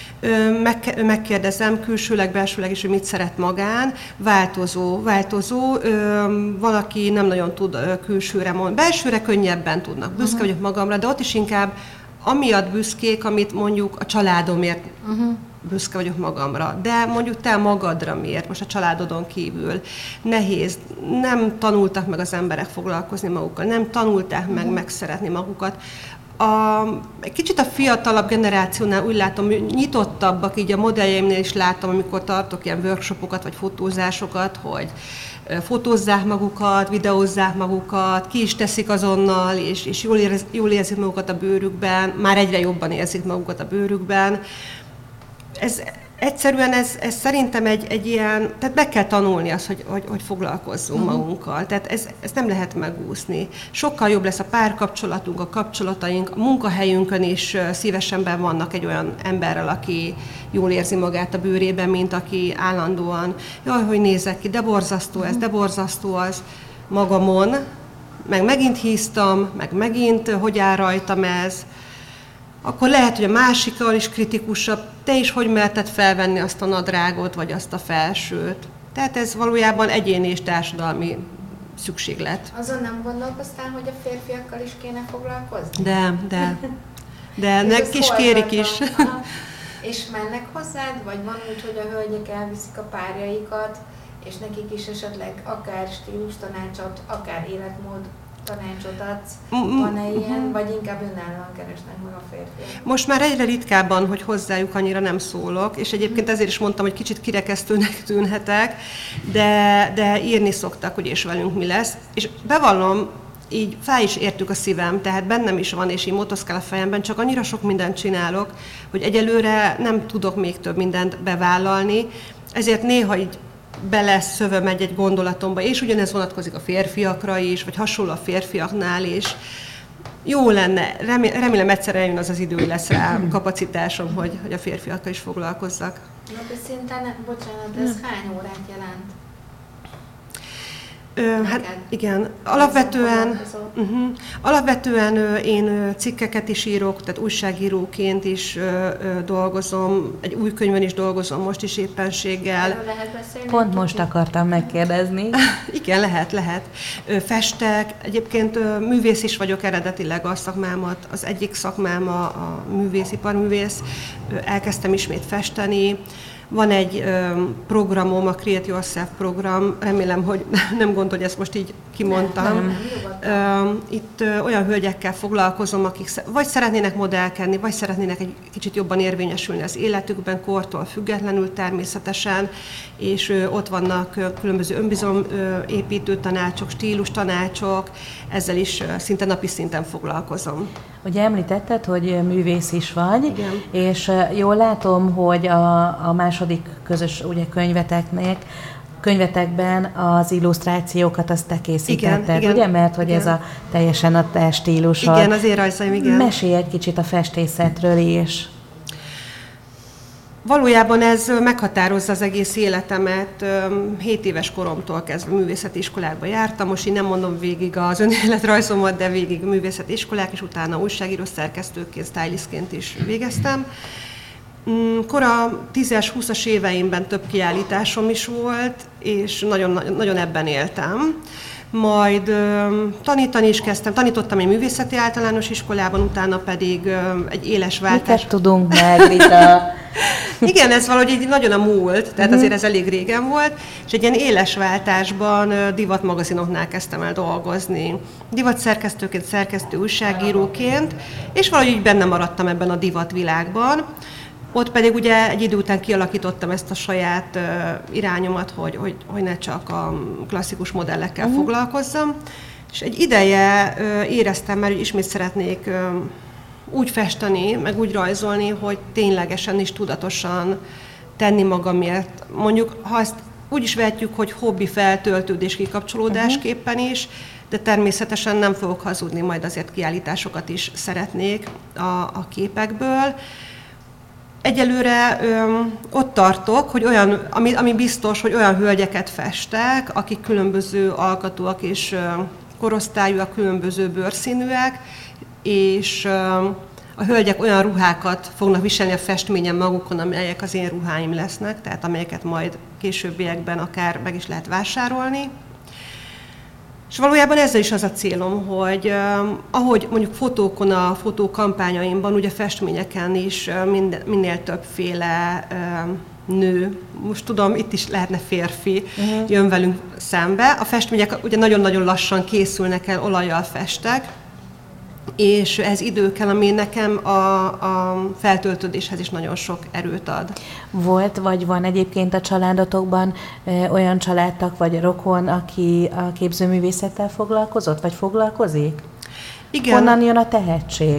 Meg, megkérdezem külsőleg, belsőleg is, hogy mit szeret magán. Változó, változó. Van, aki nem nagyon tud külsőre mondani. Belsőre könnyebben tudnak. Büszke uh-huh. vagyok magamra, de ott is inkább amiatt büszkék, amit mondjuk a családomért uh-huh. büszke vagyok magamra. De mondjuk te magadra miért, most a családodon kívül. Nehéz. Nem tanultak meg az emberek foglalkozni magukkal. Nem tanulták uh-huh. meg megszeretni magukat. A, egy kicsit a fiatalabb generációnál úgy látom, nyitottabbak, így a modelljeimnél is látom, amikor tartok ilyen workshopokat vagy fotózásokat, hogy fotózzák magukat, videózzák magukat, ki is teszik azonnal, és, és jól, érez, jól érzik magukat a bőrükben, már egyre jobban érzik magukat a bőrükben. Ez, egyszerűen ez, ez szerintem egy, egy ilyen, tehát meg kell tanulni azt, hogy, hogy, hogy foglalkozzunk uh-huh. magunkkal. Tehát ez, ez nem lehet megúszni. Sokkal jobb lesz a párkapcsolatunk, a kapcsolataink, a munkahelyünkön is szívesen benn vannak egy olyan emberrel, aki jól érzi magát a bőrében, mint aki állandóan, jaj, hogy nézek ki, de borzasztó ez, de borzasztó az magamon, meg megint híztam, meg megint hogy áll rajtam ez. Akkor lehet, hogy a másikkal is kritikusabb, te is hogy merted felvenni azt a nadrágot, vagy azt a felsőt. Tehát ez valójában egyéni és társadalmi szükséglet. Azon nem gondolkoztál, hogy a férfiakkal is kéne foglalkozni? De, de. De nek is kérik is. És mennek hozzád, vagy van úgy, hogy a hölgyek elviszik a párjaikat, és nekik is esetleg akár stílus tanácsot, akár életmód tanácsot adsz, van-e ilyen, vagy inkább önállóan keresnek meg a férfiak? Most már egyre ritkábban, hogy hozzájuk annyira nem szólok, és egyébként ezért is mondtam, hogy kicsit kirekesztőnek tűnhetek, de, de írni szoktak, hogy és velünk mi lesz. És bevallom, így fel is értük a szívem, tehát bennem is van, és így motoszkál a fejemben, csak annyira sok mindent csinálok, hogy egyelőre nem tudok még több mindent bevállalni, ezért néha így bele szövöm egy-egy gondolatomba, és ugyanez vonatkozik a férfiakra is, vagy hasonló a férfiaknál is. Jó lenne, remélem egyszer eljön az az idő, hogy lesz rá kapacitásom, hogy, hogy a férfiakkal is foglalkozzak. Napi szinten, bocsánat, ez hány órát jelent? Ö, hát igen, alapvetően, uh-huh, alapvetően ö, én ö, cikkeket is írok, tehát újságíróként is ö, ö, dolgozom, egy új könyvön is dolgozom most is éppenséggel. Lehet beszélni? Pont most akartam megkérdezni. Igen, lehet, lehet. Ö, festek, egyébként ö, művész is vagyok eredetileg, a szakmámat, az egyik szakmám a, a művész, iparművész, ö, elkezdtem ismét festeni. Van egy ö, programom, a Create Yourself program, remélem, hogy nem gond, hogy ezt most így kimondtam. Nem, nem, ö, itt ö, olyan hölgyekkel foglalkozom, akik vagy szeretnének modellkedni, vagy szeretnének egy kicsit jobban érvényesülni az életükben, kortól függetlenül természetesen, és ö, ott vannak ö, különböző önbizalomépítő tanácsok, stílus tanácsok, ezzel is ö, szinte napi szinten foglalkozom. Ugye említetted, hogy művész is vagy, igen. És jól látom, hogy a, a második közös ugye, könyveteknek, könyvetekben az illusztrációkat azt te készítetted, igen, igen, ugye? Mert hogy igen. Ez a teljesen a te stílusod. Igen, az én rajzaim, igen. Mesélj egy kicsit a festészetről is. Valójában ez meghatározza az egész életemet. Hét éves koromtól kezdve művészeti iskolákba jártam. Most én nem mondom végig az önéletrajzomat, de végig művészeti iskolák, és utána újságíró szerkesztőként, stylistként is végeztem. Kora tízes, húszas éveimben több kiállításom is volt, és nagyon, nagyon ebben éltem. Majd ö, tanítani is kezdtem, tanítottam egy művészeti általános iskolában, utána pedig ö, egy éles váltás... Miket tudunk meg, Rita? Igen, ez valahogy egy nagyon a múlt, tehát azért ez elég régen volt, és egy ilyen éles váltásban ö, divatmagazinoknál kezdtem el dolgozni. Divatszerkesztőként, szerkesztő újságíróként, és valahogy így benne maradtam ebben a divatvilágban. Ott pedig ugye egy idő után kialakítottam ezt a saját uh, irányomat, hogy, hogy, hogy ne csak a klasszikus modellekkel uh-huh. foglalkozzam. És egy ideje uh, éreztem már, hogy ismét szeretnék uh, úgy festeni, meg úgy rajzolni, hogy ténylegesen is tudatosan tenni magamért. Mondjuk, ha ezt úgy is vehetjük, hogy hobbi feltöltődés kikapcsolódásképpen is, de természetesen nem fogok hazudni, majd azért kiállításokat is szeretnék a, a képekből. Egyelőre ö, ott tartok, hogy olyan, ami, ami biztos, hogy olyan hölgyeket festek, akik különböző alkatúak és ö, korosztályúak, különböző bőrszínűek, és ö, a hölgyek olyan ruhákat fognak viselni a festményen magukon, amelyek az én ruháim lesznek, tehát amelyeket majd későbbiekben akár meg is lehet vásárolni. És valójában ezzel is az a célom, hogy uh, ahogy mondjuk fotókon, a fotókampányaimban, ugye festményeken is uh, minden, minél többféle uh, nő, most tudom, itt is lehetne férfi, uh-huh. jön velünk szembe. A festmények ugye nagyon-nagyon lassan készülnek el, olajjal festek, és ez idő kell, ami nekem a, a feltöltődéshez is nagyon sok erőt ad. Volt, vagy van egyébként a családotokban ö, olyan családtag vagy rokon, aki a képzőművészettel foglalkozott, vagy foglalkozik? Igen. Honnan jön a tehetség?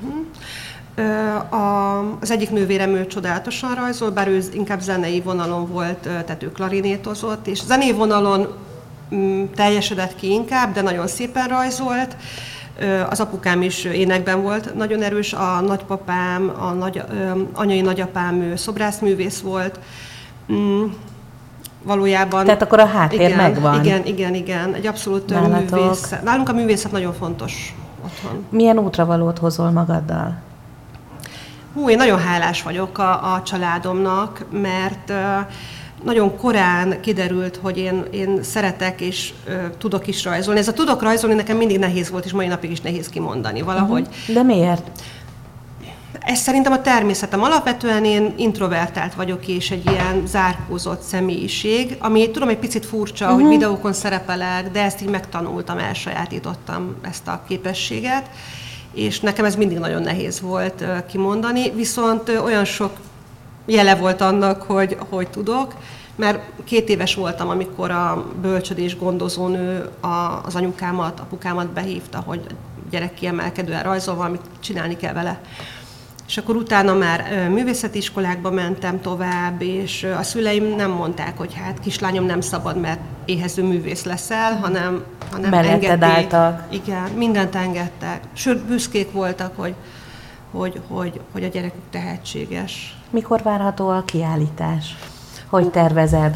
Uh-huh. A, az egyik nővérem ő csodálatosan rajzol, bár ő inkább zenei vonalon volt, tehát ő klarinétozott, és zenei vonalon mm, teljesedett ki inkább, de nagyon szépen rajzolt. Az apukám is énekben volt nagyon erős, a nagypapám, a nagy, anyai nagyapám ő szobrászművész volt. Mm, valójában... Tehát akkor a háttér igen, megvan. Igen, igen, igen. Egy abszolút Nálatok. művész. Nálunk a művészet nagyon fontos otthon. Milyen útravalót hozol magaddal? Hú, én nagyon hálás vagyok a, a családomnak, mert... nagyon korán kiderült, hogy én, én szeretek és ö, tudok is rajzolni. Ez a tudok rajzolni nekem mindig nehéz volt, és mai napig is nehéz kimondani valahogy. Uh-huh. De miért? Ez szerintem a természetem. Alapvetően én introvertált vagyok, és egy ilyen zárkózott személyiség, ami tudom egy picit furcsa, uh-huh. hogy videókon szerepelek, de ezt így megtanultam, elsajátítottam ezt a képességet, és nekem ez mindig nagyon nehéz volt ö, kimondani, viszont ö, olyan sok jele volt annak, hogy, hogy tudok, mert két éves voltam, amikor a bölcsödés gondozónő a, az anyukámat, apukámat behívta, hogy a gyerek kiemelkedően rajzol, valamit csinálni kell vele. És akkor utána már művészeti iskolákba mentem tovább, és a szüleim nem mondták, hogy hát kislányom nem szabad, mert éhező művész leszel, hanem, hanem melletted álltak. Igen, mindent engedtek. Sőt, büszkék voltak, hogy, hogy, hogy, hogy a gyerekük tehetséges. Mikor várható a kiállítás? Hogy tervezed?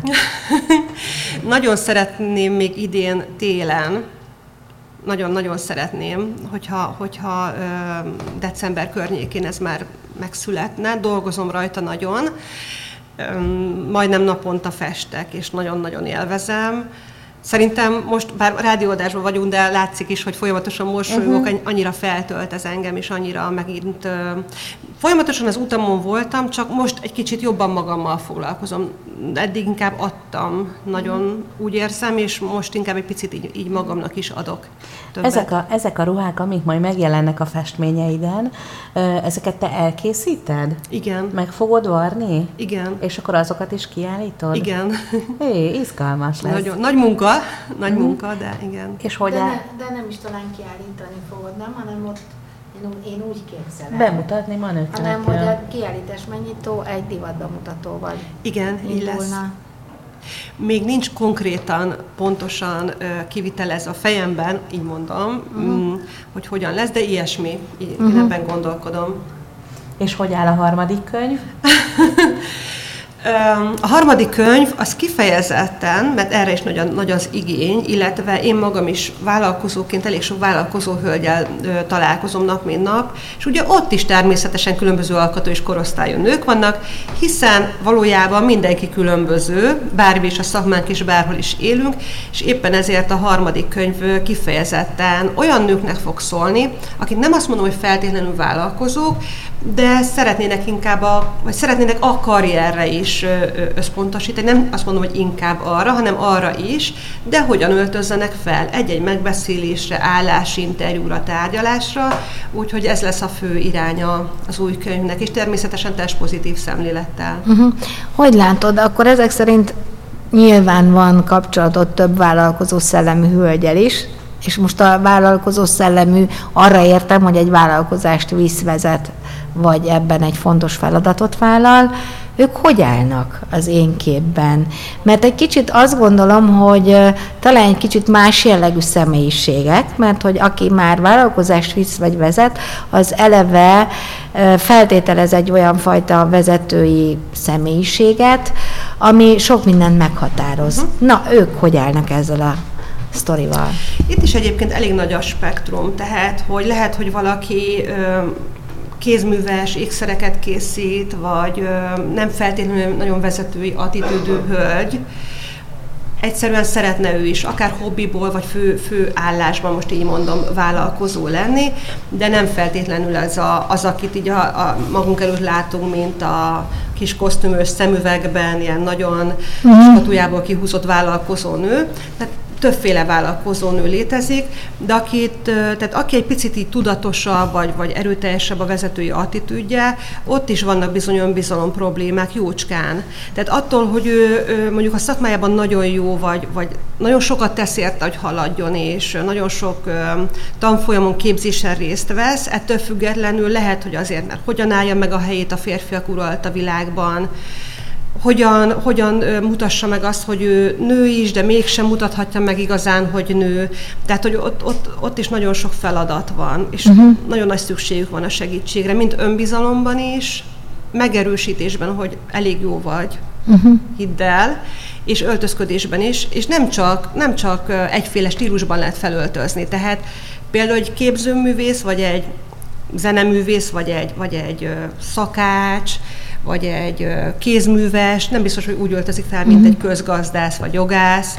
Nagyon szeretném még idén télen, nagyon-nagyon szeretném, hogyha, hogyha ö, december környékén ez már megszületne. Dolgozom rajta nagyon, ö, majdnem naponta festek, és nagyon-nagyon élvezem. Szerintem most, bár rádióadásban vagyunk, de látszik is, hogy folyamatosan mosolyogok, uh-huh. annyira feltölt ez engem, és annyira megint... Uh, folyamatosan az utamon voltam, csak most egy kicsit jobban magammal foglalkozom. Eddig inkább adtam, nagyon uh-huh. úgy érzem, és most inkább egy picit így, így magamnak is adok többet. Ezek a, ezek a ruhák, amik majd megjelennek a festményeiden, ezeket te elkészíted? Igen. Meg fogod varni? Igen. És akkor azokat is kiállítod? Igen. Hé, izgalmas lesz. Nagyon, nagy munka, nagy uh-huh. munka, de igen. És hogy de, áll... ne, de nem is talán kiállítani fogod, nem? Hanem ott én, én úgy képzelem. Bemutatni manőknek. Hanem, hogy a kiállítás megnyitó egy divatbemutatóval igen, így lesz. Még nincs konkrétan, pontosan uh, kivitelezve a fejemben, így mondom, uh-huh. mm, hogy hogyan lesz, de ilyesmi. Így, uh-huh. Én ebben gondolkodom. És hogy áll a harmadik könyv? A harmadik könyv az kifejezetten, mert erre is nagy, nagy az igény, illetve én magam is vállalkozóként elég sok vállalkozó hölgyel találkozom nap, mint nap, és ugye ott is természetesen különböző alkotó és korosztályú nők vannak, hiszen valójában mindenki különböző, bármi is a szakmánk is, bárhol is élünk, és éppen ezért a harmadik könyv kifejezetten olyan nőknek fog szólni, akik nem azt mondom, hogy feltétlenül vállalkozók, de szeretnének inkább a, vagy szeretnének a karrierre is összpontosítani, nem azt mondom, hogy inkább arra, hanem arra is, de hogyan öltözzenek fel egy-egy megbeszélésre, állásinterjúra, tárgyalásra, úgyhogy ez lesz a fő iránya az új könyvnek, és természetesen testpozitív szemlélettel. Uh-huh. Hogy látod, akkor ezek szerint nyilván van kapcsolatot több vállalkozó szellemű hölgyel is, és most a vállalkozó szellemű arra értem, hogy egy vállalkozást viszvezet, vagy ebben egy fontos feladatot vállal, ők hogy állnak az én képben? Mert egy kicsit azt gondolom, hogy talán egy kicsit más jellegű személyiségek, mert hogy aki már vállalkozást visz vagy vezet, az eleve feltételez egy olyan fajta vezetői személyiséget, ami sok mindent meghatároz. Uh-huh. Na, ők hogy állnak ezzel a sztorival? Itt is egyébként elég nagy a spektrum, tehát, hogy lehet, hogy valaki ö, kézműves ékszereket készít, vagy ö, nem feltétlenül nagyon vezetői attitűdű hölgy, egyszerűen szeretne ő is, akár hobbiból, vagy fő, fő állásban, most így mondom, vállalkozó lenni, de nem feltétlenül ez a, az, akit így a, a magunk előtt látunk, mint a kis kosztümös szemüvegben, ilyen nagyon uh-huh. skatujából kihúzott vállalkozó nő. Tehát többféle vállalkozó nő létezik, de akit, tehát aki egy picit így tudatosabb, vagy, vagy erőteljesebb a vezetői attitűdje, ott is vannak bizony önbizalom problémák jócskán. Tehát attól, hogy ő, ő mondjuk a szakmájában nagyon jó, vagy, vagy nagyon sokat tesz érte, hogy haladjon, és nagyon sok tanfolyamon, képzésen részt vesz, ettől függetlenül lehet, hogy azért, mert hogyan állja meg a helyét a férfiak uralta világban, Hogyan, hogyan mutassa meg azt, hogy ő nő is, de mégsem mutathatja meg igazán, hogy nő. Tehát, hogy ott, ott, ott is nagyon sok feladat van, és uh-huh. nagyon nagy szükségük van a segítségre, mint önbizalomban is, megerősítésben, hogy elég jó vagy, uh-huh. hidd el, és öltözködésben is, és nem csak, nem csak egyféle stílusban lehet felöltözni. Tehát például egy képzőművész, vagy egy zeneművész, vagy egy, vagy egy szakács, vagy egy kézműves, nem biztos, hogy úgy öltözik fel, mint uh-huh. egy közgazdász vagy jogász.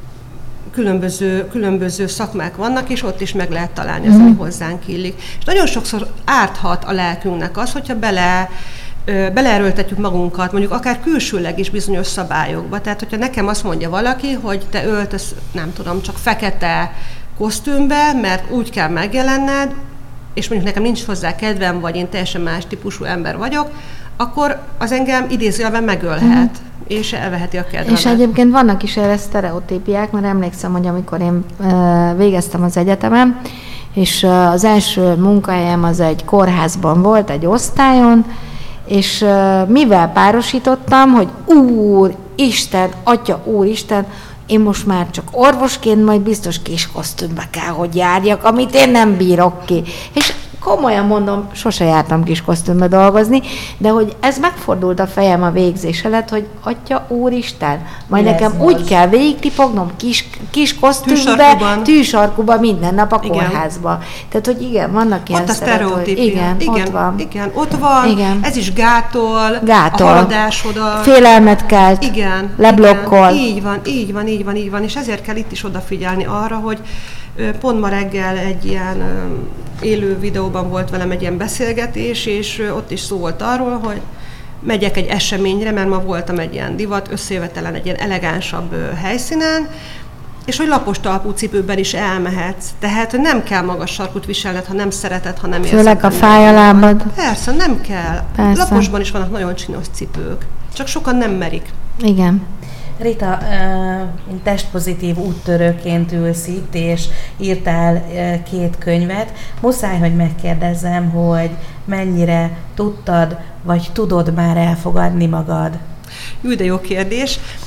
Különböző, különböző szakmák vannak, és ott is meg lehet találni uh-huh. az, ami hozzánk illik. És nagyon sokszor árthat a lelkünknek az, hogyha bele, beleerőltetjük magunkat, mondjuk akár külsőleg is bizonyos szabályokba. Tehát, hogyha nekem azt mondja valaki, hogy te öltöz, nem tudom, csak fekete kosztümbe, mert úgy kell megjelenned, és mondjuk nekem nincs hozzá kedvem, vagy én teljesen más típusú ember vagyok, akkor az engem idézőjelben megölhet, uh-huh. és elveheti a kedvemet. És egyébként vannak is erre sztereotípiák, mert emlékszem, hogy amikor én uh, végeztem az egyetemen, és uh, az első munkahelyem az egy kórházban volt, egy osztályon, és uh, mivel párosítottam, hogy Úr, Isten, Atya, Úristen, én most már csak orvosként majd biztos kis kosztümbe kell, hogy járjak, amit én nem bírok ki. És komolyan mondom, sose jártam kis kosztümbe dolgozni, de hogy ez megfordult a fejem a végzés előtt, hogy Atya Úristen, majd nekem az. Úgy kell végigtipognom kis, kis kosztümbe, tűsarkuba minden nap a igen. kórházba. Tehát, hogy igen, vannak ilyen ott a sztereotípia. Igen, igen, ott van. Igen, ott van, igen. Ez is gátol, gátol. A haladásodat. Félelmet kelt, igen, leblokkol. Igen. Így van, így van, így van, így van, és ezért kell itt is odafigyelni arra, hogy pont ma reggel egy ilyen élő videóban volt velem egy ilyen beszélgetés, és ott is szó volt arról, hogy megyek egy eseményre, mert ma voltam egy ilyen divat, összejövetelen egy ilyen elegánsabb helyszínen, és hogy lapos talpú cipőben is elmehetsz. Tehát nem kell magas sarkút viselned, ha nem szereted, ha nem érzed. Főleg a fáj a lábad. Persze, nem kell. Persze. Laposban is vannak nagyon csinos cipők, csak sokan nem merik. Igen. Rita, uh, testpozitív úttörőként ülsz itt, és írtál uh, két könyvet. Muszáj, hogy megkérdezzem, hogy mennyire tudtad, vagy tudod már elfogadni magad? Jó, de jó kérdés.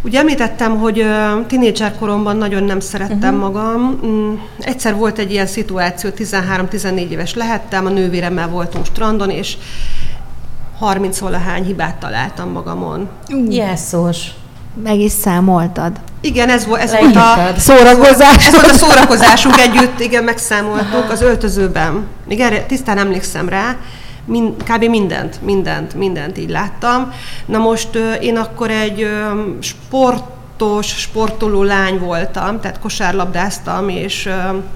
Ugye említettem, hogy tínédzser koromban nagyon nem szerettem uh-huh. magam. Egyszer volt egy ilyen szituáció, tizenhárom-tizennégy éves lehettem, a nővéremmel voltunk strandon, és harminc-valahány hibát találtam magamon. Jesszós. Meg is számoltad. Igen, ez, volt, ez volt a szórakozás. Ez volt a szórakozásunk együtt, igen, megszámoltuk az öltözőben. Még erre tisztán emlékszem rá, mind, kb. mindent, mindent, mindent így láttam. Na most én akkor egy sportos, sportoló lány voltam, tehát kosárlabdáztam, és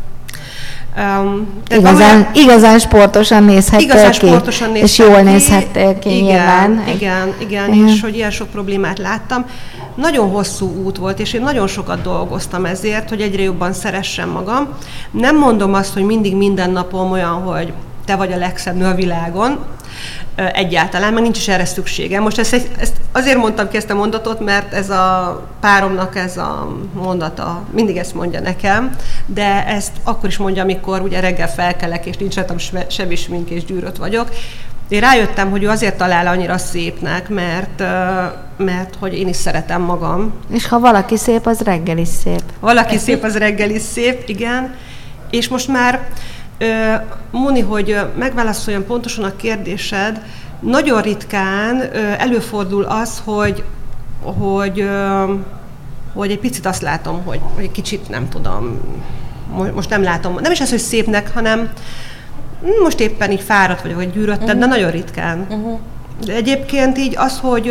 Um, igazán, valami, igazán sportosan nézhettél igazán ki, sportosan és jól nézhettél ki, igen, nyilván. Igen, igen, igen, és hogy ilyen sok problémát láttam. Nagyon hosszú út volt, és én nagyon sokat dolgoztam ezért, hogy egyre jobban szeressem magam. Nem mondom azt, hogy mindig minden napom olyan, hogy te vagy a legszebb nő a világon, egyáltalán, meg nincs is erre szükségem. Most ezt, ezt azért mondtam ki ezt a mondatot, mert ez a páromnak ez a mondata, mindig ezt mondja nekem, de ezt akkor is mondja, amikor ugye reggel felkelek, és nincs rajtam semmi smink és gyűrött vagyok. Én rájöttem, hogy ő azért talál annyira szépnek, mert, mert hogy én is szeretem magam. És ha valaki szép, az reggel is szép. Valaki szép, az reggel is szép, igen. És most már Móni, hogy megválaszoljam pontosan a kérdésed, nagyon ritkán előfordul az, hogy, hogy, hogy egy picit azt látom, hogy, hogy egy kicsit nem tudom, most nem látom, nem is az, hogy szépnek, hanem most éppen így fáradt vagyok, vagy gyűröttem, uh-huh. de nagyon ritkán. Uh-huh. De egyébként így az, hogy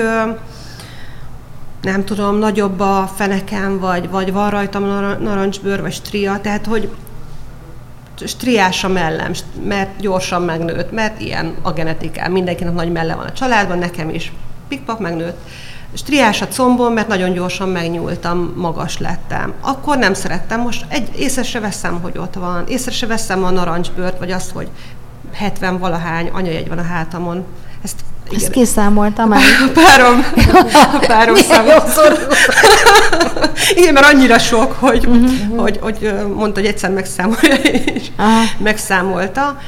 nem tudom, nagyobb a fenekem, vagy, vagy van rajtam narancsbőr, vagy stria, tehát hogy striás a mellem, mert gyorsan megnőtt, mert ilyen a genetikám, mindenkinek nagy melle van a családban, nekem is pikpak megnőtt. Striás a combom, mert nagyon gyorsan megnyúltam, magas lettem. Akkor nem szerettem, most egy, észre se veszem, hogy ott van, észre se veszem a narancsbőrt, vagy azt, hogy hetven valahány anyajegy van a hátamon. Ezt, Ezt kiszámoltam el. A párom, a párom számolt. Igen, mert annyira sok, hogy, uh-huh. hogy, hogy mondta, hogy egyszer megszámolja, és uh-huh. megszámolta.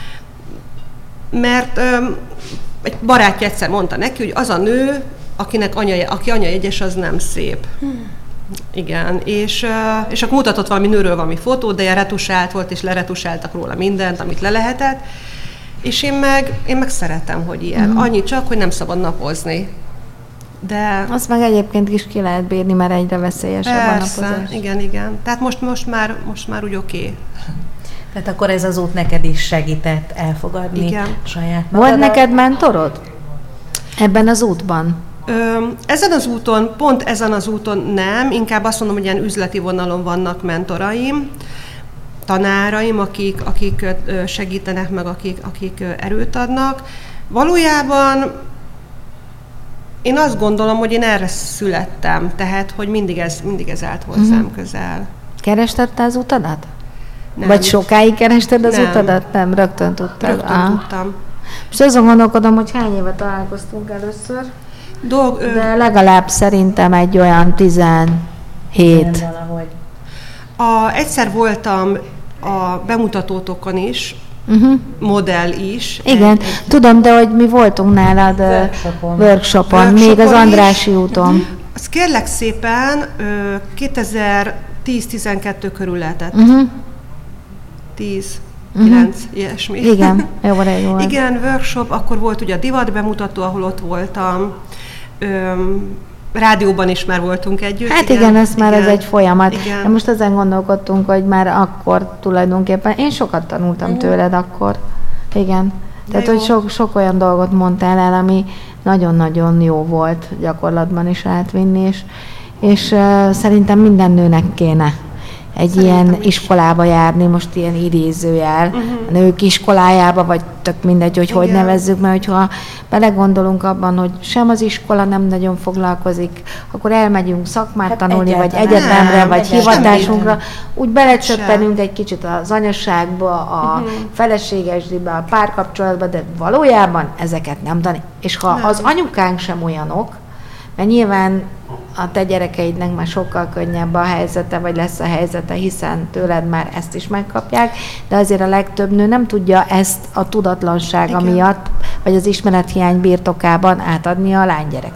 Mert um, egy barátja egyszer mondta neki, hogy az a nő, akinek anya, aki anyajegyes, az nem szép. Hmm. Igen, és, uh, és akkor mutatott valami nőről valami fotót, de ilyen retusált volt, és leretusáltak róla mindent, amit le lehetett. És én meg, én meg szeretem, hogy ilyen. Mm. Annyi csak, hogy nem szabad napozni. De... Azt meg egyébként is ki lehet bírni, mert egyre veszélyesebb a napozás. Igen, igen. Tehát most, most, már, most már úgy oké. Okay. Tehát akkor ez az út neked is segített elfogadni igen. saját magadat. Volt neked mentorod ebben az útban? Ö, ezen az úton, pont ezen az úton nem, inkább azt mondom, hogy ilyen üzleti vonalon vannak mentoraim, tanáraim, akik, akik segítenek meg, akik, akik erőt adnak. Valójában én azt gondolom, hogy én erre születtem, tehát, hogy mindig ez, mindig ez állt hozzám mm-hmm. közel. Kerested te az utadat? Nem. Vagy sokáig kerested az nem. utadat? Nem, rögtön tudtad. Rögtön ah. tudtam. Most azon gondolkodom, hogy hány éve találkoztunk először, Dolg, ö... de legalább szerintem egy olyan tizenhét. A, egyszer voltam a bemutatótokon is, uh-huh. modell is. Igen, egy, egy... tudom, de hogy mi voltunk nálad workshopon, workshopon, workshopon még az Andrássy úton. Uh-huh. Az kérlek szépen kétezer-tíz-tizenkettő körül lehetett. Uh-huh. tíz, kilenc, uh-huh. ilyesmi. Igen, jó volt. Igen, workshop, akkor volt ugye a divat bemutató, ahol ott voltam. Öm, rádióban is már voltunk együtt. Hát igen, igen ez már igen, ez egy folyamat. Igen. De most ezen gondolkodtunk, hogy már akkor tulajdonképpen, én sokat tanultam mm. tőled akkor. Igen. De Tehát, jó. hogy sok, sok olyan dolgot mondtál el, ami nagyon-nagyon jó volt gyakorlatban is átvinni, és, és uh, szerintem minden nőnek kéne egy szerintem ilyen is. iskolába járni, most ilyen idézőjel, uh-huh. a nők iskolájába, vagy tök mindegy, hogy igen. hogy nevezzük, mert hogyha belegondolunk abban, hogy sem az iskola nem nagyon foglalkozik, akkor elmegyünk szakmát hát tanulni, vagy egyetemre, nem, vagy hivatásunkra, úgy belecsöppenünk egy kicsit az anyaságba, a uh-huh. feleségesdibe, a párkapcsolatba, de valójában ezeket nem tanít. És ha nem. az anyukánk sem olyanok, mert nyilván a te gyerekeidnek már sokkal könnyebb a helyzete, vagy lesz a helyzete, hiszen tőled már ezt is megkapják, de azért a legtöbb nő nem tudja ezt a tudatlansága igen. miatt, vagy az ismerethiány birtokában átadni a lánygyerekének.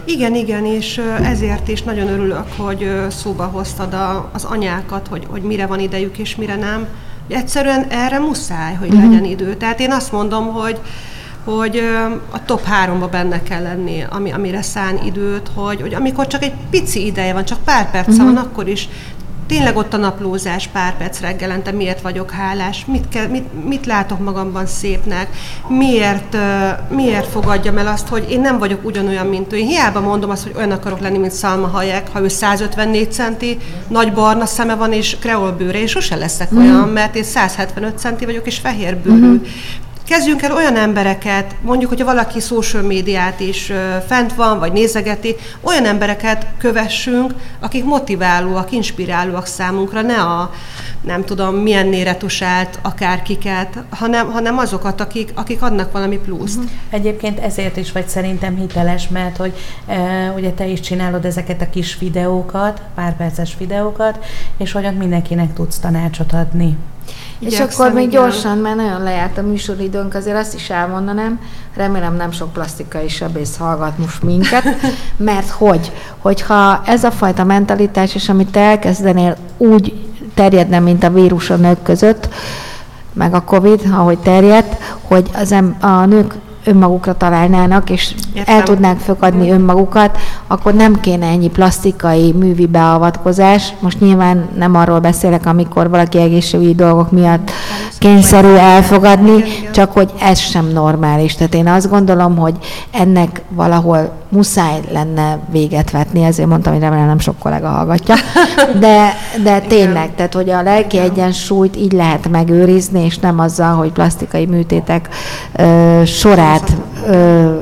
Igen, igen, és ezért is nagyon örülök, hogy szóba hoztad a, az anyákat, hogy, hogy mire van idejük és mire nem. Egyszerűen erre muszáj, hogy uh-huh. legyen idő. Tehát én azt mondom, hogy hogy a top háromba benne kell lenni, ami, amire szán időt, hogy, hogy amikor csak egy pici ideje van, csak pár perc uh-huh. van, akkor is tényleg ott a naplózás pár perc reggelente, miért vagyok hálás, mit, kell, mit, mit látok magamban szépnek, miért, miért fogadjam el azt, hogy én nem vagyok ugyanolyan, mint ő. Én hiába mondom azt, hogy olyan akarok lenni, mint Salma Hayek, ha ő száz ötvennégy centi, nagy barna szeme van és kreolbőre, és sose leszek uh-huh. olyan, mert én száz hetvenöt centi vagyok és fehérbőrű. Uh-huh. Kezdjünk el olyan embereket, mondjuk, hogyha valaki social médiát is uh, fent van, vagy nézegeti, olyan embereket kövessünk, akik motiválóak, inspirálóak számunkra, ne a nem tudom milyenné retusált akárkiket, hanem, hanem azokat, akik, akik adnak valami pluszt. Uh-huh. Egyébként ezért is vagy szerintem hiteles, mert hogy e, ugye te is csinálod ezeket a kis videókat, pár perces videókat, és hogy ott mindenkinek tudsz tanácsot adni. És Igyekszem, akkor még igen. gyorsan, mert nagyon lejárt a műsoridőnk, azért azt is elmondanám, remélem nem sok plastikai sebész hallgat most minket, mert hogy, hogyha ez a fajta mentalitás, és amit te elkezdenél úgy terjedne, mint a vírus a nők között, meg a Covid, ahogy terjedt, hogy az em- a nők önmagukra találnának, és Értem. el tudnák fogadni önmagukat, akkor nem kéne ennyi plastikai művi beavatkozás. Most nyilván nem arról beszélek, amikor valaki egészségügyi dolgok miatt kényszerű elfogadni, csak hogy ez sem normális. Tehát én azt gondolom, hogy ennek valahol muszáj lenne véget vetni, ezért mondtam, hogy remélem nem sok kollega hallgatja, de, de tényleg, tehát hogy a lelki egyensúlyt így lehet megőrizni, és nem azzal, hogy plastikai műtétek ö, sorát ö,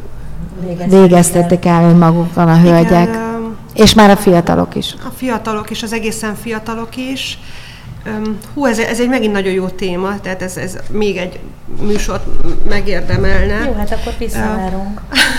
végeztették el önmagukon a hölgyek, igen, és már a fiatalok is. A fiatalok is, az egészen fiatalok is. Hú, ez, ez egy megint nagyon jó téma, tehát ez, ez még egy műsort megérdemelne. Jó, hát akkor visszavárunk.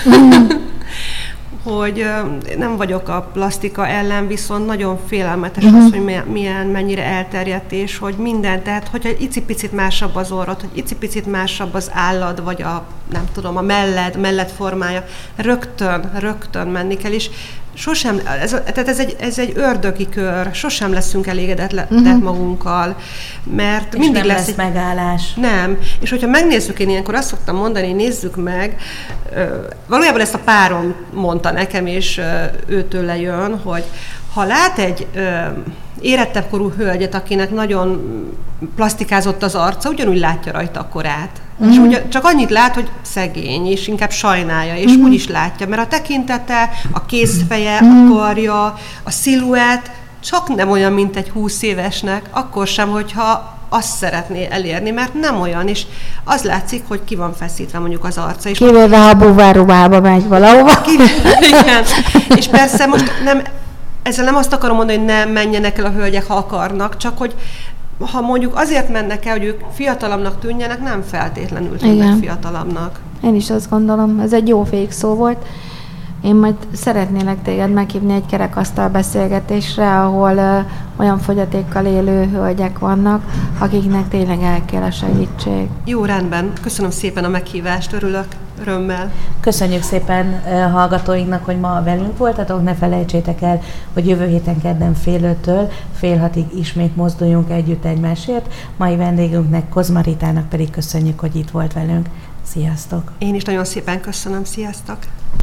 Hogy nem vagyok a plastika ellen, viszont nagyon félelmetes uh-huh. az, hogy milyen, mennyire elterjedt, és hogy minden, tehát hogyha egy icipicit másabb az orrod, hogy icipicit másabb az állad, vagy a, nem tudom, a melled, melled formája, rögtön, rögtön menni kell, és sosem, ez, tehát ez egy, ez egy ördögi kör, sosem leszünk elégedetlenek uh-huh. magunkkal, mert és mindig nem lesz lesz egy megállás. Nem, és hogyha megnézzük, én ilyenkor azt szoktam mondani, nézzük meg, valójában ezt a párom mondta nekem, és őtőle jön, hogy ha lát egy érettebb korú hölgyet, akinek nagyon plastikázott az arca, ugyanúgy látja rajta a korát. Mm-hmm. És ugye csak annyit lát, hogy szegény, és inkább sajnálja, és mm-hmm. úgy is látja, mert a tekintete, a kézfeje, mm-hmm. a karja, a sziluett csak nem olyan, mint egy húsz évesnek, akkor sem, hogyha azt szeretné elérni, mert nem olyan, és az látszik, hogy ki van feszítve mondjuk az arca. Kivéve, ha búvárruhába megy valahova. Igen, és persze most nem, ezzel nem azt akarom mondani, hogy nem menjenek el a hölgyek, ha akarnak, csak hogy ha mondjuk azért mennek el, hogy ők fiatalabbnak tűnjenek, nem feltétlenül tűnnek fiatalabbnak. Én is azt gondolom, ez egy jó végszó volt. Én majd szeretnélek téged meghívni egy kerekasztal beszélgetésre, ahol uh, olyan fogyatékkal élő hölgyek vannak, akiknek tényleg el kell a segítség. Jó, rendben. Köszönöm szépen a meghívást, örülök, örömmel. Köszönjük szépen uh, hallgatóinknak, hogy ma velünk voltatok. Ne felejtsétek el, hogy jövő héten kedden fél öttől fél hatig ismét mozduljunk együtt egymásért. Mai vendégünknek, Kozmaritának pedig köszönjük, hogy itt volt velünk. Sziasztok! Én is nagyon szépen köszönöm. Sziasztok!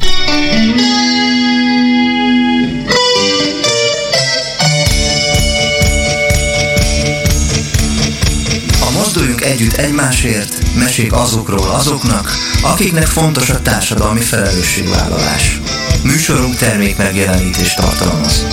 A Mozduljunk együtt egymásért, mesék azokról azoknak, akiknek fontos a társadalmi felelősségvállalás. Műsorunk termék megjelenítést tartalmaz.